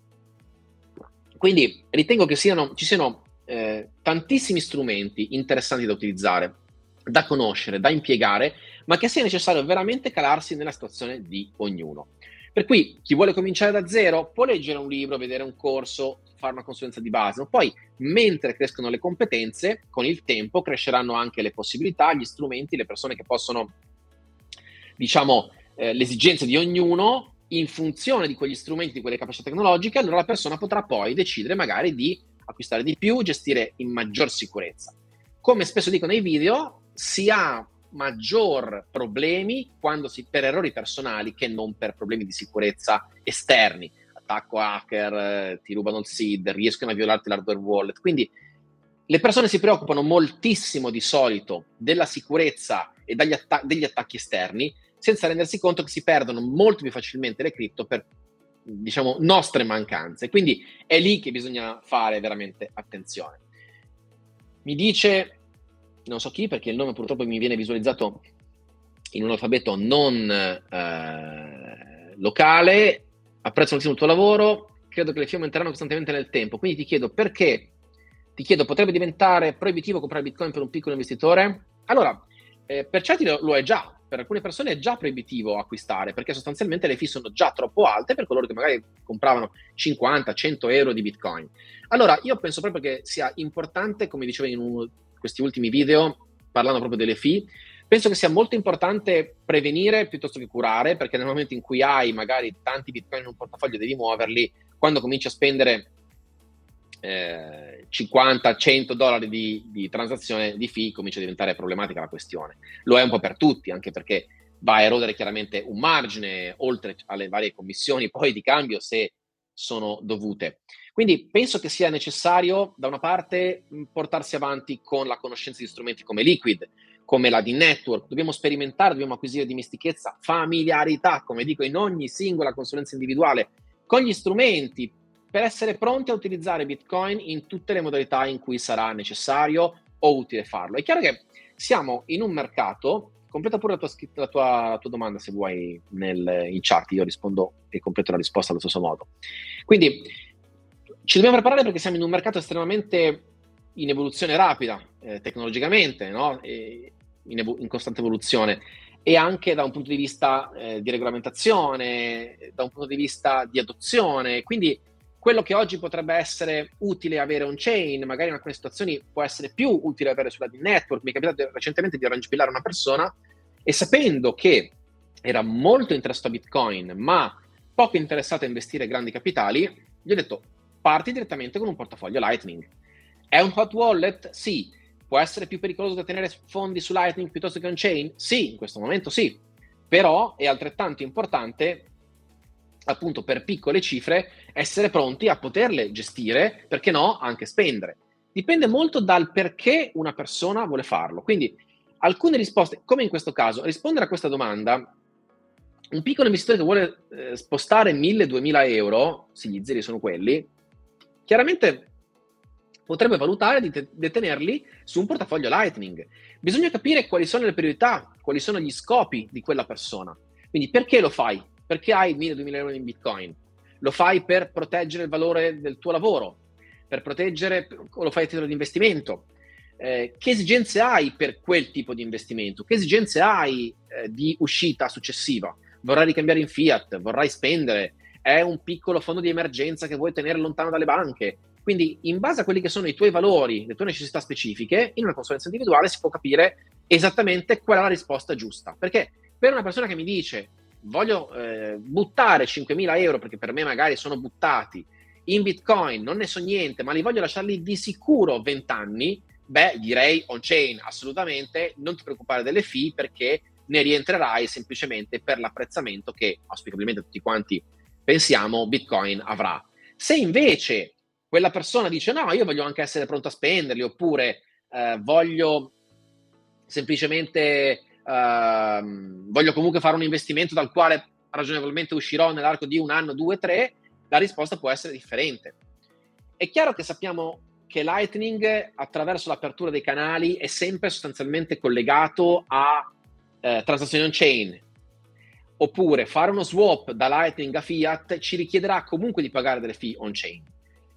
Quindi ritengo che siano, ci siano eh, tantissimi strumenti interessanti da utilizzare, da conoscere, da impiegare, ma che sia necessario veramente calarsi nella situazione di ognuno. Per cui chi vuole cominciare da zero può leggere un libro, vedere un corso, fare una consulenza di base, ma poi mentre crescono le competenze, con il tempo cresceranno anche le possibilità, gli strumenti, le persone che possono, diciamo, eh, le esigenze di ognuno in funzione di quegli strumenti, di quelle capacità tecnologiche. Allora la persona potrà poi decidere magari di acquistare di più, gestire in maggior sicurezza. Come spesso dico nei video, si ha maggior problemi quando si per errori personali che non per problemi di sicurezza esterni, attacco hacker, eh, ti rubano il seed, riescono a violarti l'hardware wallet. Quindi le persone si preoccupano moltissimo di solito della sicurezza e dagli atta- degli attacchi esterni, senza rendersi conto che si perdono molto più facilmente le cripto per, diciamo, nostre mancanze. Quindi è lì che bisogna fare veramente attenzione. Mi dice, non so chi, perché il nome purtroppo mi viene visualizzato in un alfabeto non eh, locale: apprezzo moltissimo il tuo lavoro, credo che le fee aumenteranno costantemente nel tempo, quindi ti chiedo perché, ti chiedo, potrebbe diventare proibitivo comprare Bitcoin per un piccolo investitore? Allora, eh, per certi lo, lo è già. Per alcune persone è già proibitivo acquistare, perché sostanzialmente le fee sono già troppo alte per coloro che magari compravano cinquanta cento euro di Bitcoin. Allora, io penso proprio che sia importante, come dicevo in uno di questi ultimi video, parlando proprio delle fee, penso che sia molto importante prevenire piuttosto che curare, perché nel momento in cui hai magari tanti Bitcoin in un portafoglio devi muoverli. Quando cominci a spendere eh, cinquanta cento dollari di, di transazione di fee, comincia a diventare problematica la questione. Lo è un po' per tutti, anche perché va a erodere chiaramente un margine, oltre alle varie commissioni poi di cambio, se sono dovute. Quindi penso che sia necessario, da una parte, portarsi avanti con la conoscenza di strumenti come Liquid, come la Lightning Network. Dobbiamo sperimentare, dobbiamo acquisire dimestichezza, familiarità, come dico, in ogni singola consulenza individuale, con gli strumenti, per essere pronti a utilizzare Bitcoin in tutte le modalità in cui sarà necessario o utile farlo. È chiaro che siamo in un mercato, completa pure la tua, la tua, la tua domanda se vuoi nel, in chat, io rispondo e completo la risposta allo stesso modo. Quindi ci dobbiamo preparare perché siamo in un mercato estremamente in evoluzione rapida, eh, tecnologicamente, no? E in, evo- in costante evoluzione, e anche da un punto di vista eh, di regolamentazione, da un punto di vista di adozione. Quindi quello che oggi potrebbe essere utile avere on-chain, magari in alcune situazioni può essere più utile avere sulla network. Mi è capitato recentemente di arrangipillare una persona e, sapendo che era molto interessato a Bitcoin, ma poco interessato a investire grandi capitali, gli ho detto: parti direttamente con un portafoglio Lightning. È un hot wallet? Sì. Può essere più pericoloso da tenere fondi su Lightning piuttosto che on-chain? Sì, in questo momento sì. Però è altrettanto importante, appunto, per piccole cifre, essere pronti a poterle gestire, perché no, anche spendere. Dipende molto dal perché una persona vuole farlo. Quindi alcune risposte, come in questo caso, rispondere a questa domanda: un piccolo investitore che vuole eh, spostare mille duemila euro, sì, gli zeri sono quelli, chiaramente potrebbe valutare di te- detenerli su un portafoglio Lightning. Bisogna capire quali sono le priorità, quali sono gli scopi di quella persona. Quindi perché lo fai? Perché hai mille-duemila euro in Bitcoin? Lo fai per proteggere il valore del tuo lavoro, per proteggere, o lo fai a titolo di investimento? Eh, che esigenze hai per quel tipo di investimento? Che esigenze hai eh, di uscita successiva? Vorrai ricambiare in fiat? Vorrai spendere? È un piccolo fondo di emergenza che vuoi tenere lontano dalle banche? Quindi, in base a quelli che sono i tuoi valori, le tue necessità specifiche, in una consulenza individuale si può capire esattamente qual è la risposta giusta. Perché per una persona che mi dice voglio eh, buttare cinquemila euro perché per me magari sono buttati in Bitcoin, non ne so niente, ma li voglio lasciarli di sicuro venti anni, beh, direi on-chain, assolutamente, non ti preoccupare delle fee perché ne rientrerai semplicemente per l'apprezzamento che auspicabilmente tutti quanti pensiamo Bitcoin avrà. Se invece quella persona dice no, io voglio anche essere pronto a spenderli, oppure eh, voglio semplicemente eh, voglio comunque fare un investimento dal quale ragionevolmente uscirò nell'arco di un anno, due, tre, la risposta può essere differente. È chiaro che sappiamo che Lightning, attraverso l'apertura dei canali, è sempre sostanzialmente collegato a eh, transazioni on-chain, oppure fare uno swap da Lightning a Fiat ci richiederà comunque di pagare delle fee on-chain.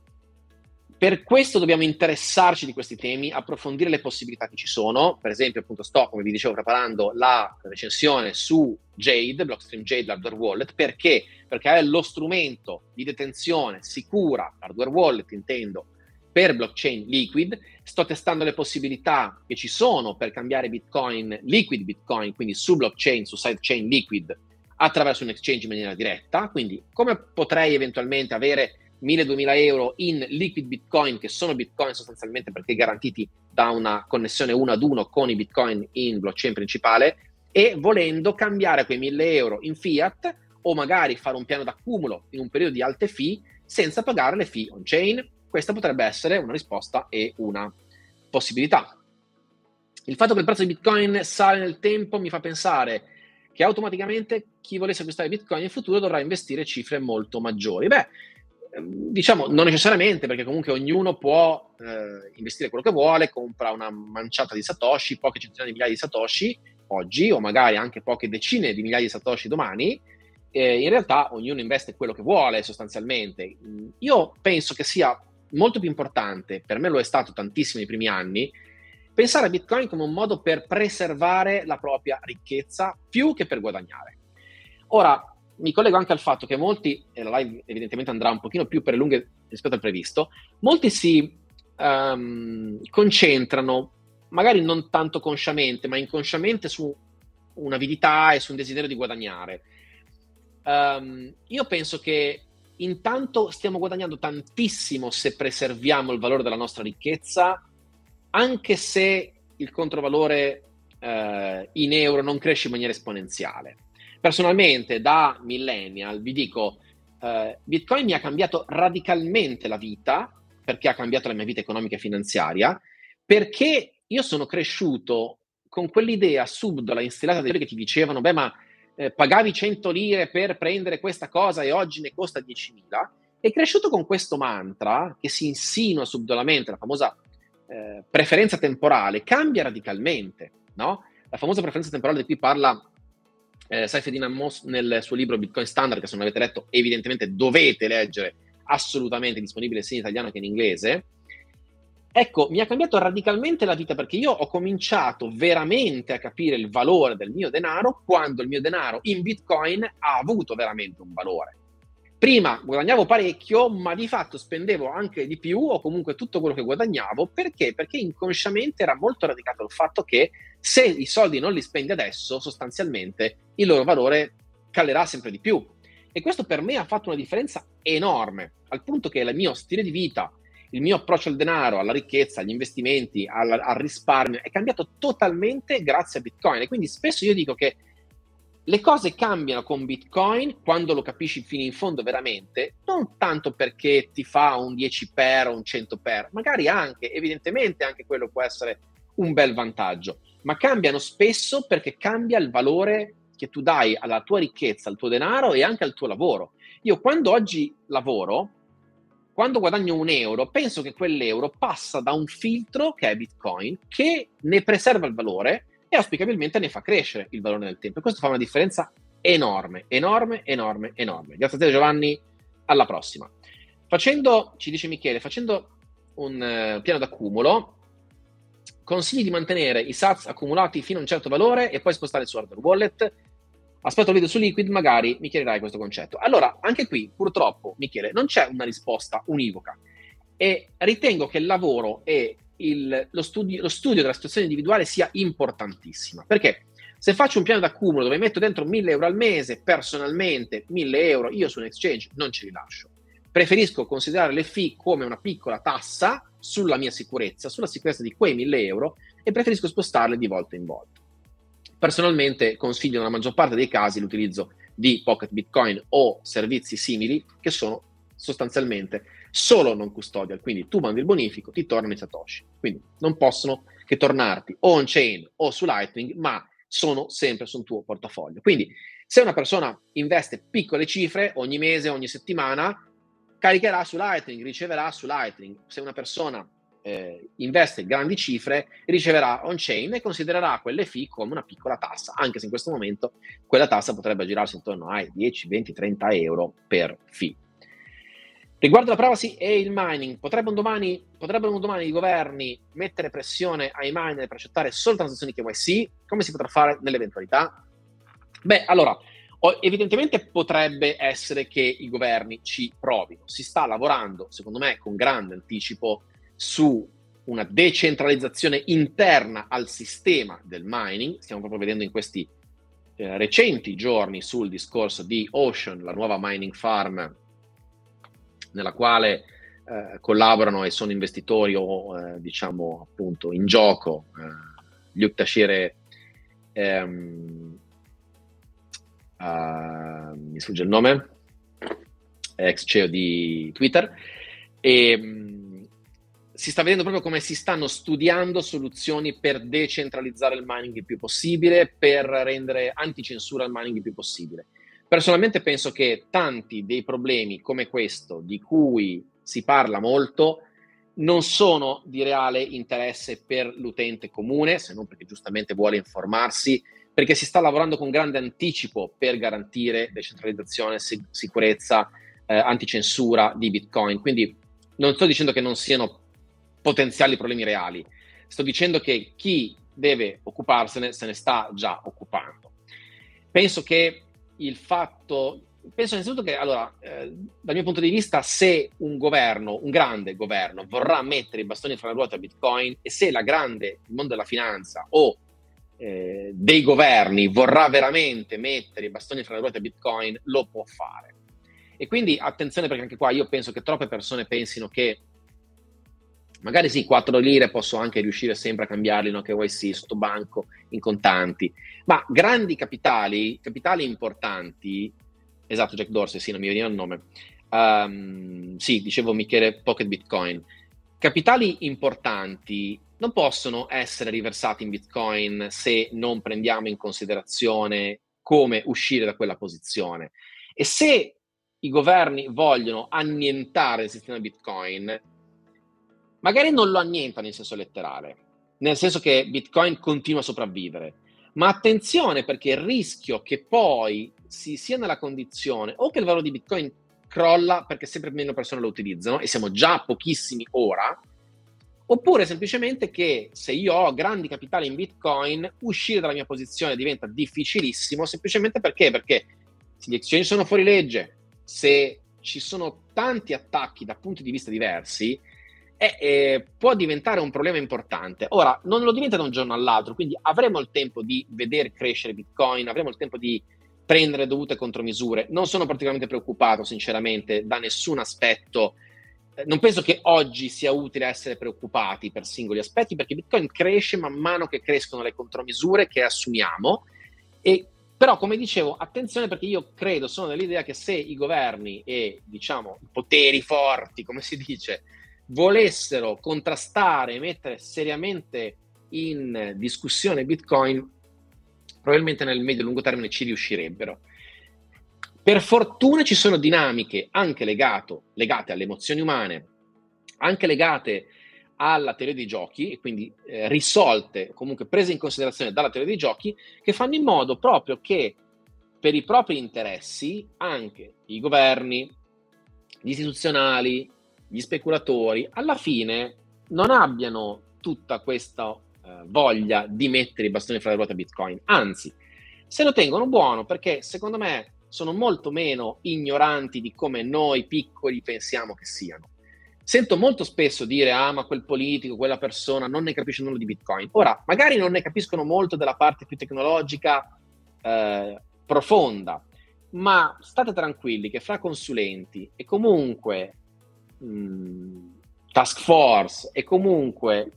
Per questo dobbiamo interessarci di questi temi, approfondire le possibilità che ci sono. Per esempio, appunto, sto, come vi dicevo, preparando la recensione su Jade, Blockstream Jade, l'hardware wallet. Perché? Perché è lo strumento di detenzione sicura, hardware wallet intendo, per blockchain liquid. Sto testando le possibilità che ci sono per cambiare Bitcoin, liquid Bitcoin, quindi su blockchain, su sidechain liquid, attraverso un exchange in maniera diretta. Quindi come potrei eventualmente avere mille-duemila euro in liquid Bitcoin, che sono Bitcoin sostanzialmente perché garantiti da una connessione uno ad uno con i Bitcoin in blockchain principale, e volendo cambiare quei mille euro in fiat, o magari fare un piano d'accumulo in un periodo di alte fee senza pagare le fee on-chain. Questa potrebbe essere una risposta e una possibilità. Il fatto che il prezzo di Bitcoin sale nel tempo mi fa pensare che automaticamente chi volesse acquistare Bitcoin in futuro dovrà investire cifre molto maggiori. Beh, diciamo non necessariamente, perché comunque ognuno può eh, investire quello che vuole, compra una manciata di satoshi, poche centinaia di migliaia di satoshi oggi, o magari anche poche decine di migliaia di satoshi domani. Eh, in realtà ognuno investe quello che vuole sostanzialmente. Io penso che sia molto più importante, per me lo è stato tantissimo nei primi anni, pensare a Bitcoin come un modo per preservare la propria ricchezza più che per guadagnare. Ora, mi collego anche al fatto che molti, e la live evidentemente andrà un pochino più per le lunghe rispetto al previsto, molti si um, concentrano, magari non tanto consciamente, ma inconsciamente, su un'avidità e su un desiderio di guadagnare. Um, io penso che intanto stiamo guadagnando tantissimo se preserviamo il valore della nostra ricchezza, anche se il controvalore uh, in euro non cresce in maniera esponenziale. Personalmente, da millennial, vi dico, eh, Bitcoin mi ha cambiato radicalmente la vita, perché ha cambiato la mia vita economica e finanziaria, perché io sono cresciuto con quell'idea subdola, instillata dai che ti dicevano, beh, ma eh, pagavi cento lire per prendere questa cosa e oggi ne costa diecimila, e cresciuto con questo mantra che si insinua subdolamente, la famosa eh, preferenza temporale, cambia radicalmente, no? La famosa preferenza temporale di cui parla Eh, Saifedean Ammous nel suo libro Bitcoin Standard, che se non avete letto evidentemente dovete leggere, assolutamente disponibile sia in italiano che in inglese. Ecco, mi ha cambiato radicalmente la vita, perché io ho cominciato veramente a capire il valore del mio denaro quando il mio denaro in Bitcoin ha avuto veramente un valore. Prima guadagnavo parecchio, ma di fatto spendevo anche di più, o comunque tutto quello che guadagnavo. Perché? Perché inconsciamente era molto radicato il fatto che se i soldi non li spendi adesso, sostanzialmente il loro valore calerà sempre di più. E questo per me ha fatto una differenza enorme, al punto che il mio stile di vita, il mio approccio al denaro, alla ricchezza, agli investimenti, al, al risparmio è cambiato totalmente grazie a Bitcoin. E quindi spesso io dico che le cose cambiano con Bitcoin quando lo capisci fino in fondo veramente, non tanto perché ti fa un dieci per o un cento per, magari anche, evidentemente anche quello può essere un bel vantaggio, ma cambiano spesso perché cambia il valore che tu dai alla tua ricchezza, al tuo denaro e anche al tuo lavoro. Io quando oggi lavoro, quando guadagno un euro, penso che quell'euro passa da un filtro che è Bitcoin, che ne preserva il valore e auspicabilmente ne fa crescere il valore nel tempo. E questo fa una differenza enorme, enorme, enorme, enorme. Grazie a te Giovanni, alla prossima. Facendo, ci dice Michele, facendo un uh, piano d'accumulo, consigli di mantenere i sats accumulati fino a un certo valore e poi spostare su hardware wallet. Aspetto il video su Liquid, magari mi chiarirai questo concetto. Allora, anche qui, purtroppo, Michele, non c'è una risposta univoca e ritengo che il lavoro e il, lo, studio, lo studio della situazione individuale sia importantissima. Perché se faccio un piano d'accumulo dove metto dentro mille euro al mese, personalmente mille euro, io su un exchange non ce li lascio. Preferisco considerare le fee come una piccola tassa sulla mia sicurezza, sulla sicurezza di quei mille euro, e preferisco spostarle di volta in volta. Personalmente consiglio nella maggior parte dei casi l'utilizzo di Pocket Bitcoin o servizi simili che sono sostanzialmente solo non custodial, quindi tu mandi il bonifico, ti tornano i satoshi, quindi non possono che tornarti o on-chain o su Lightning, ma sono sempre sul tuo portafoglio. Quindi se una persona investe piccole cifre ogni mese, ogni settimana, caricherà su Lightning, riceverà su Lightning. Se una persona eh, investe grandi cifre, riceverà on-chain e considererà quelle fee come una piccola tassa, anche se in questo momento quella tassa potrebbe girarsi intorno ai dieci, venti, trenta euro per fee. Riguardo la privacy e il mining, potrebbero un domani, potrebbero un domani i governi mettere pressione ai miner per accettare solo transazioni K Y C? Come si potrà fare nell'eventualità? Beh, allora, evidentemente potrebbe essere che i governi ci provino. Si sta lavorando, secondo me, con grande anticipo su una decentralizzazione interna al sistema del mining. Stiamo proprio vedendo in questi eh, recenti giorni sul discorso di Ocean, la nuova mining farm nella quale eh, collaborano e sono investitori o eh, diciamo appunto in gioco eh, Luke Tashire, ehm, uh, mi sfugge il nome, ex C E O di Twitter, e mh, si sta vedendo proprio come si stanno studiando soluzioni per decentralizzare il mining il più possibile, per rendere anticensura il mining il più possibile. Personalmente penso che tanti dei problemi come questo, di cui si parla molto, non sono di reale interesse per l'utente comune, se non perché giustamente vuole informarsi, perché si sta lavorando con grande anticipo per garantire decentralizzazione, sic- sicurezza, eh, anticensura di Bitcoin. Quindi non sto dicendo che non siano potenziali problemi reali, sto dicendo che chi deve occuparsene se ne sta già occupando. Penso che il fatto, penso innanzitutto che, allora, eh, dal mio punto di vista, se un governo, un grande governo, vorrà mettere i bastoni fra le ruote a Bitcoin, e se la grande, il mondo della finanza o eh, dei governi vorrà veramente mettere i bastoni fra le ruote a Bitcoin, lo può fare. E quindi attenzione, perché anche qua io penso che troppe persone pensino che magari sì, quattro lire posso anche riuscire sempre a cambiarli in O K Y C, sotto banco, in contanti, ma grandi capitali, capitali importanti, esatto, Jack Dorsey, sì, non mi veniva il nome, um, sì, dicevo Michele, Pocket Bitcoin, capitali importanti non possono essere riversati in Bitcoin se non prendiamo in considerazione come uscire da quella posizione. E se i governi vogliono annientare il sistema Bitcoin, magari non lo annientano in senso letterale, nel senso che Bitcoin continua a sopravvivere, ma attenzione, perché il rischio che poi si sia nella condizione o che il valore di Bitcoin crolla perché sempre meno persone lo utilizzano, e siamo già pochissimi ora, oppure semplicemente che se io ho grandi capitali in Bitcoin, uscire dalla mia posizione diventa difficilissimo, semplicemente perché? Perché se gli exchange sono fuori legge, se ci sono tanti attacchi da punti di vista diversi, E, eh, può diventare un problema importante. Ora, non lo diventa da un giorno all'altro, quindi avremo il tempo di vedere crescere Bitcoin, avremo il tempo di prendere dovute contromisure. Non sono particolarmente preoccupato, sinceramente, da nessun aspetto. Eh, non penso che oggi sia utile essere preoccupati per singoli aspetti, perché Bitcoin cresce man mano che crescono le contromisure che assumiamo. E però, come dicevo, attenzione, perché io credo, sono dell'idea che se i governi e, diciamo, i poteri forti, come si dice, volessero contrastare e mettere seriamente in discussione Bitcoin, probabilmente nel medio e lungo termine ci riuscirebbero. Per fortuna ci sono dinamiche anche legato, legate alle emozioni umane, anche legate alla teoria dei giochi, e quindi eh, risolte, comunque prese in considerazione dalla teoria dei giochi, che fanno in modo proprio che per i propri interessi anche i governi, gli istituzionali, gli speculatori, alla fine non abbiano tutta questa eh, voglia di mettere i bastoni fra le ruote a Bitcoin. Anzi, se lo tengono buono, perché secondo me sono molto meno ignoranti di come noi piccoli pensiamo che siano. Sento molto spesso dire, ah, ma quel politico, quella persona non ne capisce nulla di Bitcoin. Ora, magari non ne capiscono molto della parte più tecnologica eh, profonda, ma state tranquilli che fra consulenti e comunque mh, task force e comunque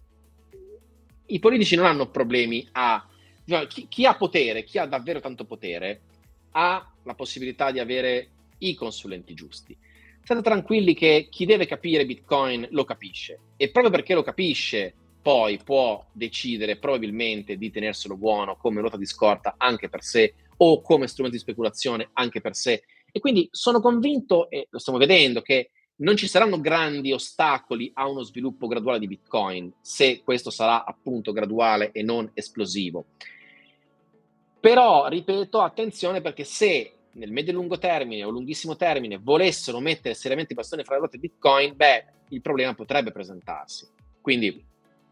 i politici non hanno problemi a... Chi, chi ha potere, chi ha davvero tanto potere, ha la possibilità di avere i consulenti giusti. State tranquilli che chi deve capire Bitcoin lo capisce, e proprio perché lo capisce poi può decidere probabilmente di tenerselo buono come ruota di scorta anche per sé o come strumento di speculazione anche per sé. E quindi sono convinto, e lo stiamo vedendo, che non ci saranno grandi ostacoli a uno sviluppo graduale di Bitcoin, se questo sarà appunto graduale e non esplosivo. Però, ripeto, attenzione, perché se nel medio e lungo termine o lunghissimo termine volessero mettere seriamente i bastoni fra le ruote Bitcoin, beh, il problema potrebbe presentarsi. Quindi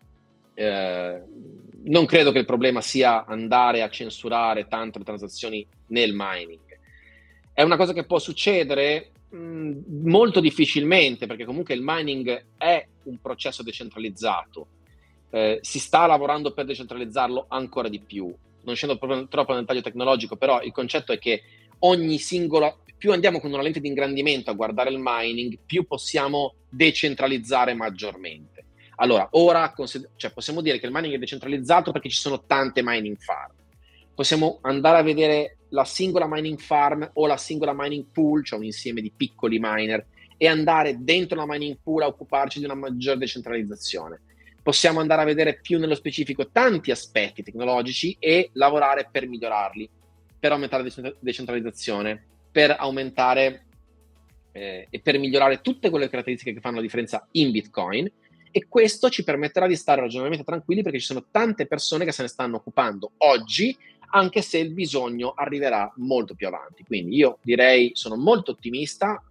eh, non credo che il problema sia andare a censurare tanto le transazioni nel mining. È una cosa che può succedere? Mh, molto difficilmente, perché comunque il mining è un processo decentralizzato. Eh, si sta lavorando per decentralizzarlo ancora di più. Non scendo proprio troppo nel taglio tecnologico, però il concetto è che ogni singola, più andiamo con una lente di ingrandimento a guardare il mining, più possiamo decentralizzare maggiormente. Allora, ora cioè, possiamo dire che il mining è decentralizzato perché ci sono tante mining farm. Possiamo andare a vedere la singola mining farm o la singola mining pool, cioè un insieme di piccoli miner, e andare dentro la mining pool a occuparci di una maggior decentralizzazione. Possiamo andare a vedere più nello specifico tanti aspetti tecnologici e lavorare per migliorarli, per aumentare la decentralizzazione, per aumentare eh, e per migliorare tutte quelle caratteristiche che fanno la differenza in Bitcoin, e questo ci permetterà di stare ragionevolmente tranquilli, perché ci sono tante persone che se ne stanno occupando oggi, anche se il bisogno arriverà molto più avanti. Quindi io direi, sono molto ottimista,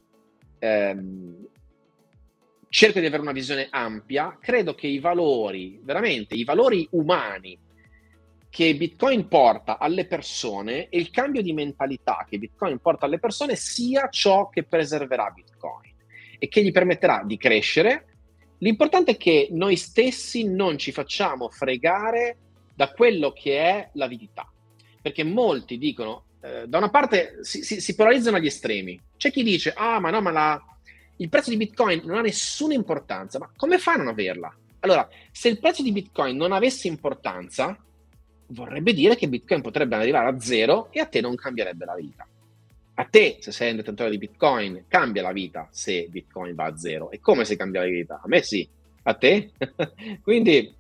ehm, cerco di avere una visione ampia, credo che i valori, veramente i valori umani che Bitcoin porta alle persone e il cambio di mentalità che Bitcoin porta alle persone sia ciò che preserverà Bitcoin e che gli permetterà di crescere. L'importante è che noi stessi non ci facciamo fregare da quello che è l'avidità, perché molti dicono, eh, da una parte si, si, si polarizzano agli estremi. C'è chi dice, ah ma no, ma la, il prezzo di Bitcoin non ha nessuna importanza. Ma come fa a non averla? Allora, se il prezzo di Bitcoin non avesse importanza, vorrebbe dire che Bitcoin potrebbe arrivare a zero e a te non cambierebbe la vita. A te, se sei un detentore di Bitcoin, cambia la vita se Bitcoin va a zero. E come se cambia la vita? A me sì. A te? Quindi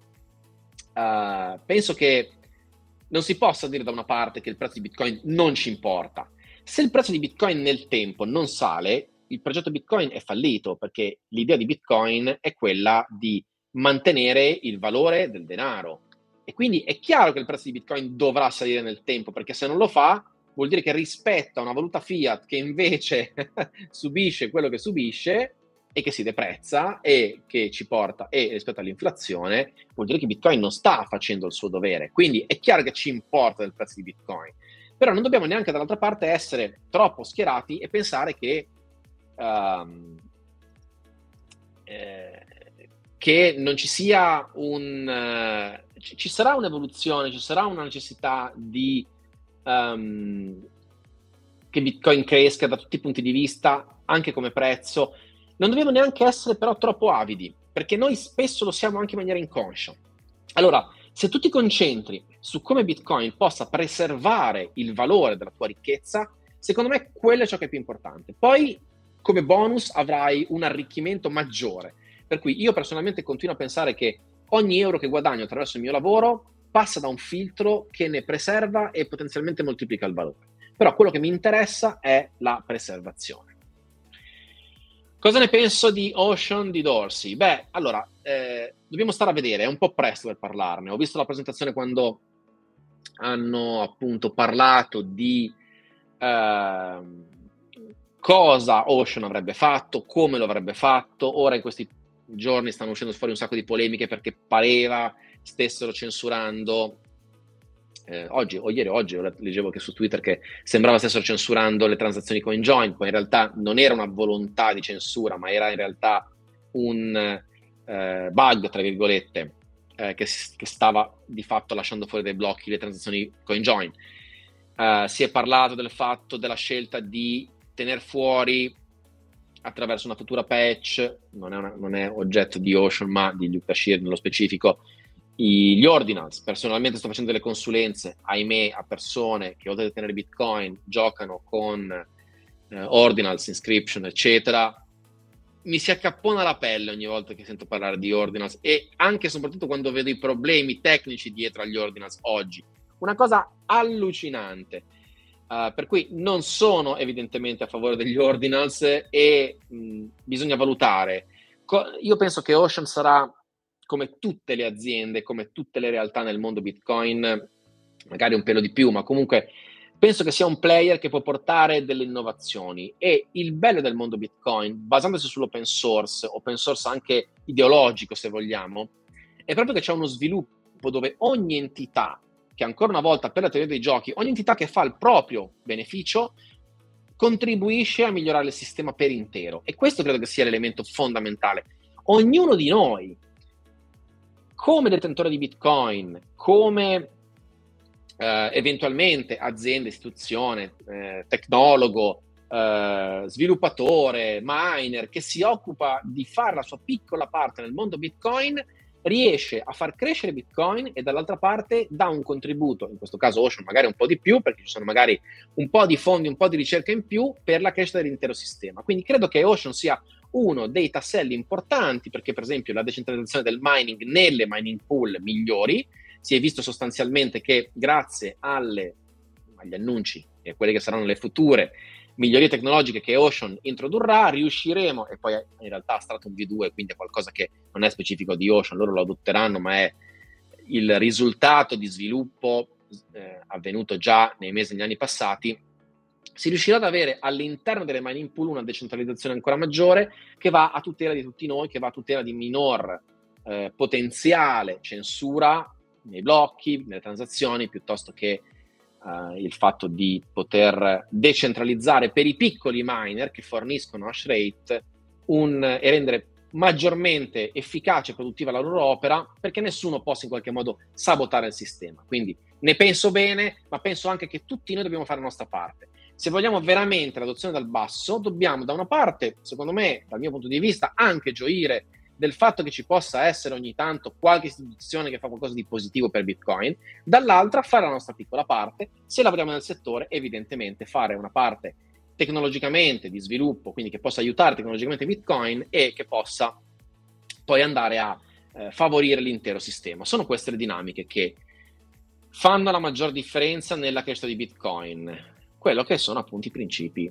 uh, penso che non si possa dire da una parte che il prezzo di Bitcoin non ci importa. Se il prezzo di Bitcoin nel tempo non sale, il progetto Bitcoin è fallito, perché l'idea di Bitcoin è quella di mantenere il valore del denaro. E quindi è chiaro che il prezzo di Bitcoin dovrà salire nel tempo, perché se non lo fa, vuol dire che rispetto a una valuta fiat che invece subisce quello che subisce e che si deprezza e che ci porta, e rispetto all'inflazione, vuol dire che Bitcoin non sta facendo il suo dovere. Quindi è chiaro che ci importa del prezzo di Bitcoin, però non dobbiamo neanche dall'altra parte essere troppo schierati e pensare che um, eh, che non ci sia un uh, ci, ci sarà un'evoluzione, ci sarà una necessità di um, che Bitcoin cresca da tutti i punti di vista, anche come prezzo. Non dobbiamo neanche essere però troppo avidi, perché noi spesso lo siamo anche in maniera inconscia. Allora, se tu ti concentri su come Bitcoin possa preservare il valore della tua ricchezza, secondo me quello è ciò che è più importante. Poi, come bonus, avrai un arricchimento maggiore. Per cui io personalmente continuo a pensare che ogni euro che guadagno attraverso il mio lavoro passa da un filtro che ne preserva e potenzialmente moltiplica il valore. Però quello che mi interessa è la preservazione. Cosa ne penso di Ocean di Dorsey? Beh, allora, eh, dobbiamo stare a vedere, è un po' presto per parlarne. Ho visto la presentazione quando hanno appunto parlato di ehm, cosa Ocean avrebbe fatto, come lo avrebbe fatto. Ora in questi giorni stanno uscendo fuori un sacco di polemiche perché pareva stessero censurando, eh, oggi o ieri oggi leggevo che su Twitter che sembrava stessero censurando le transazioni CoinJoin, poi in realtà non era una volontà di censura, ma era in realtà un eh, bug, tra virgolette, eh, che, che stava di fatto lasciando fuori dai blocchi le transazioni CoinJoin. Uh, si è parlato del fatto della scelta di tener fuori attraverso una futura patch, non è, una, non è oggetto di Ocean ma di Luke Bashir nello specifico, i, gli ordinals. Personalmente sto facendo delle consulenze, ahimè, a persone che oltre a tenere Bitcoin giocano con eh, ordinals, inscription, eccetera. Mi si accappona la pelle ogni volta che sento parlare di ordinals, e anche e soprattutto quando vedo i problemi tecnici dietro agli ordinals oggi. Una cosa allucinante. Uh, per cui non sono evidentemente a favore degli ordinals e mh, bisogna valutare. Co- io penso che Ocean sarà, come tutte le aziende, come tutte le realtà nel mondo Bitcoin, magari un pelo di più, ma comunque penso che sia un player che può portare delle innovazioni. E il bello del mondo Bitcoin, basandosi sull'open source, open source anche ideologico se vogliamo, è proprio che c'è uno sviluppo dove ogni entità, che ancora una volta per la teoria dei giochi, ogni entità che fa il proprio beneficio contribuisce a migliorare il sistema per intero. E questo credo che sia l'elemento fondamentale. Ognuno di noi, come detentore di Bitcoin, come eh, eventualmente azienda, istituzione, eh, tecnologo, eh, sviluppatore, miner, che si occupa di fare la sua piccola parte nel mondo Bitcoin, riesce a far crescere Bitcoin e dall'altra parte dà un contributo, in questo caso Ocean magari un po' di più, perché ci sono magari un po' di fondi, un po' di ricerca in più per la crescita dell'intero sistema. Quindi credo che Ocean sia uno dei tasselli importanti, perché per esempio la decentralizzazione del mining nelle mining pool migliori, si è visto sostanzialmente che grazie alle, agli annunci e a quelle che saranno le future migliorie tecnologiche che Ocean introdurrà, riusciremo, e poi in realtà Stratum V due, quindi è qualcosa che non è specifico di Ocean, loro lo adotteranno, ma è il risultato di sviluppo eh, avvenuto già nei mesi e negli anni passati. Si riuscirà ad avere all'interno delle mining pool una decentralizzazione ancora maggiore che va a tutela di tutti noi, che va a tutela di minor eh, potenziale censura nei blocchi, nelle transazioni, piuttosto che Uh, il fatto di poter decentralizzare per i piccoli miner che forniscono hash rate un, e rendere maggiormente efficace e produttiva la loro opera, perché nessuno possa in qualche modo sabotare il sistema. Quindi ne penso bene, ma penso anche che tutti noi dobbiamo fare la nostra parte. Se vogliamo veramente l'adozione dal basso, dobbiamo da una parte, secondo me, dal mio punto di vista, anche gioire del fatto che ci possa essere ogni tanto qualche istituzione che fa qualcosa di positivo per Bitcoin, dall'altra fare la nostra piccola parte. Se lavoriamo nel settore, evidentemente fare una parte tecnologicamente di sviluppo, quindi che possa aiutare tecnologicamente Bitcoin e che possa poi andare a eh, favorire l'intero sistema. Sono queste le dinamiche che fanno la maggior differenza nella crescita di Bitcoin, quello che sono appunto i principi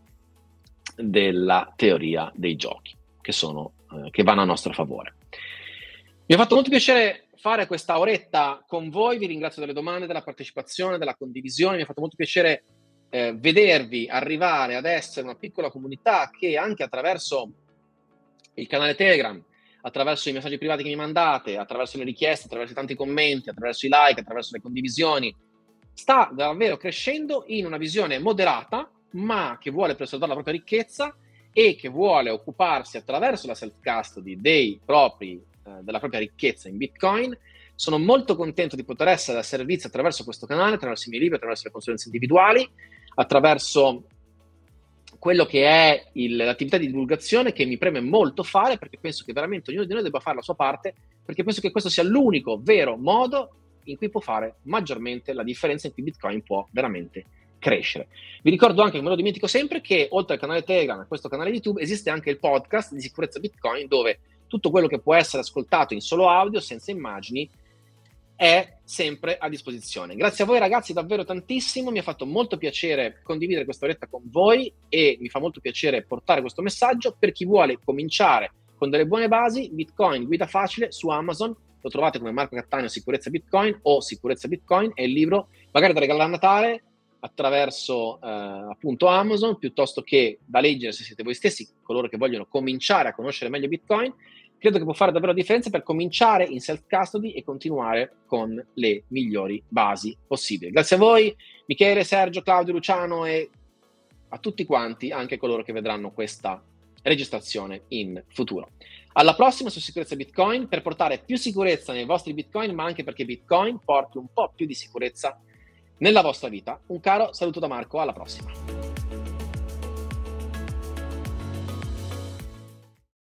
della teoria dei giochi, che sono che vanno a nostro favore. Mi ha fatto molto piacere fare questa oretta con voi, vi ringrazio delle domande, della partecipazione, della condivisione, mi ha fatto molto piacere eh, vedervi arrivare ad essere una piccola comunità che anche attraverso il canale Telegram, attraverso i messaggi privati che mi mandate, attraverso le richieste, attraverso i tanti commenti, attraverso i like, attraverso le condivisioni, sta davvero crescendo in una visione moderata, ma che vuole preservare la propria ricchezza e che vuole occuparsi attraverso la self-custody dei propri, eh, della propria ricchezza in Bitcoin. Sono molto contento di poter essere a servizio attraverso questo canale, attraverso i miei libri, attraverso le consulenze individuali, attraverso quello che è il, l'attività di divulgazione che mi preme molto fare, perché penso che veramente ognuno di noi debba fare la sua parte, perché penso che questo sia l'unico vero modo in cui può fare maggiormente la differenza, in cui Bitcoin può veramente crescere. Vi ricordo anche, che me lo dimentico sempre, che oltre al canale Telegram e questo canale YouTube esiste anche il podcast di Sicurezza Bitcoin, dove tutto quello che può essere ascoltato in solo audio, senza immagini, è sempre a disposizione. Grazie a voi ragazzi davvero tantissimo, mi ha fatto molto piacere condividere questa oretta con voi e mi fa molto piacere portare questo messaggio. Per chi vuole cominciare con delle buone basi, Bitcoin guida facile su Amazon, lo trovate come Marco Cattaneo Sicurezza Bitcoin o Sicurezza Bitcoin, è il libro magari da regalare a Natale, attraverso eh, appunto Amazon, piuttosto che da leggere se siete voi stessi, coloro che vogliono cominciare a conoscere meglio Bitcoin, credo che può fare davvero la differenza per cominciare in self-custody e continuare con le migliori basi possibili. Grazie a voi, Michele, Sergio, Claudio, Luciano e a tutti quanti, anche coloro che vedranno questa registrazione in futuro. Alla prossima su Sicurezza Bitcoin per portare più sicurezza nei vostri Bitcoin, ma anche perché Bitcoin porti un po' più di sicurezza nella vostra vita. Un caro saluto da Marco, alla prossima.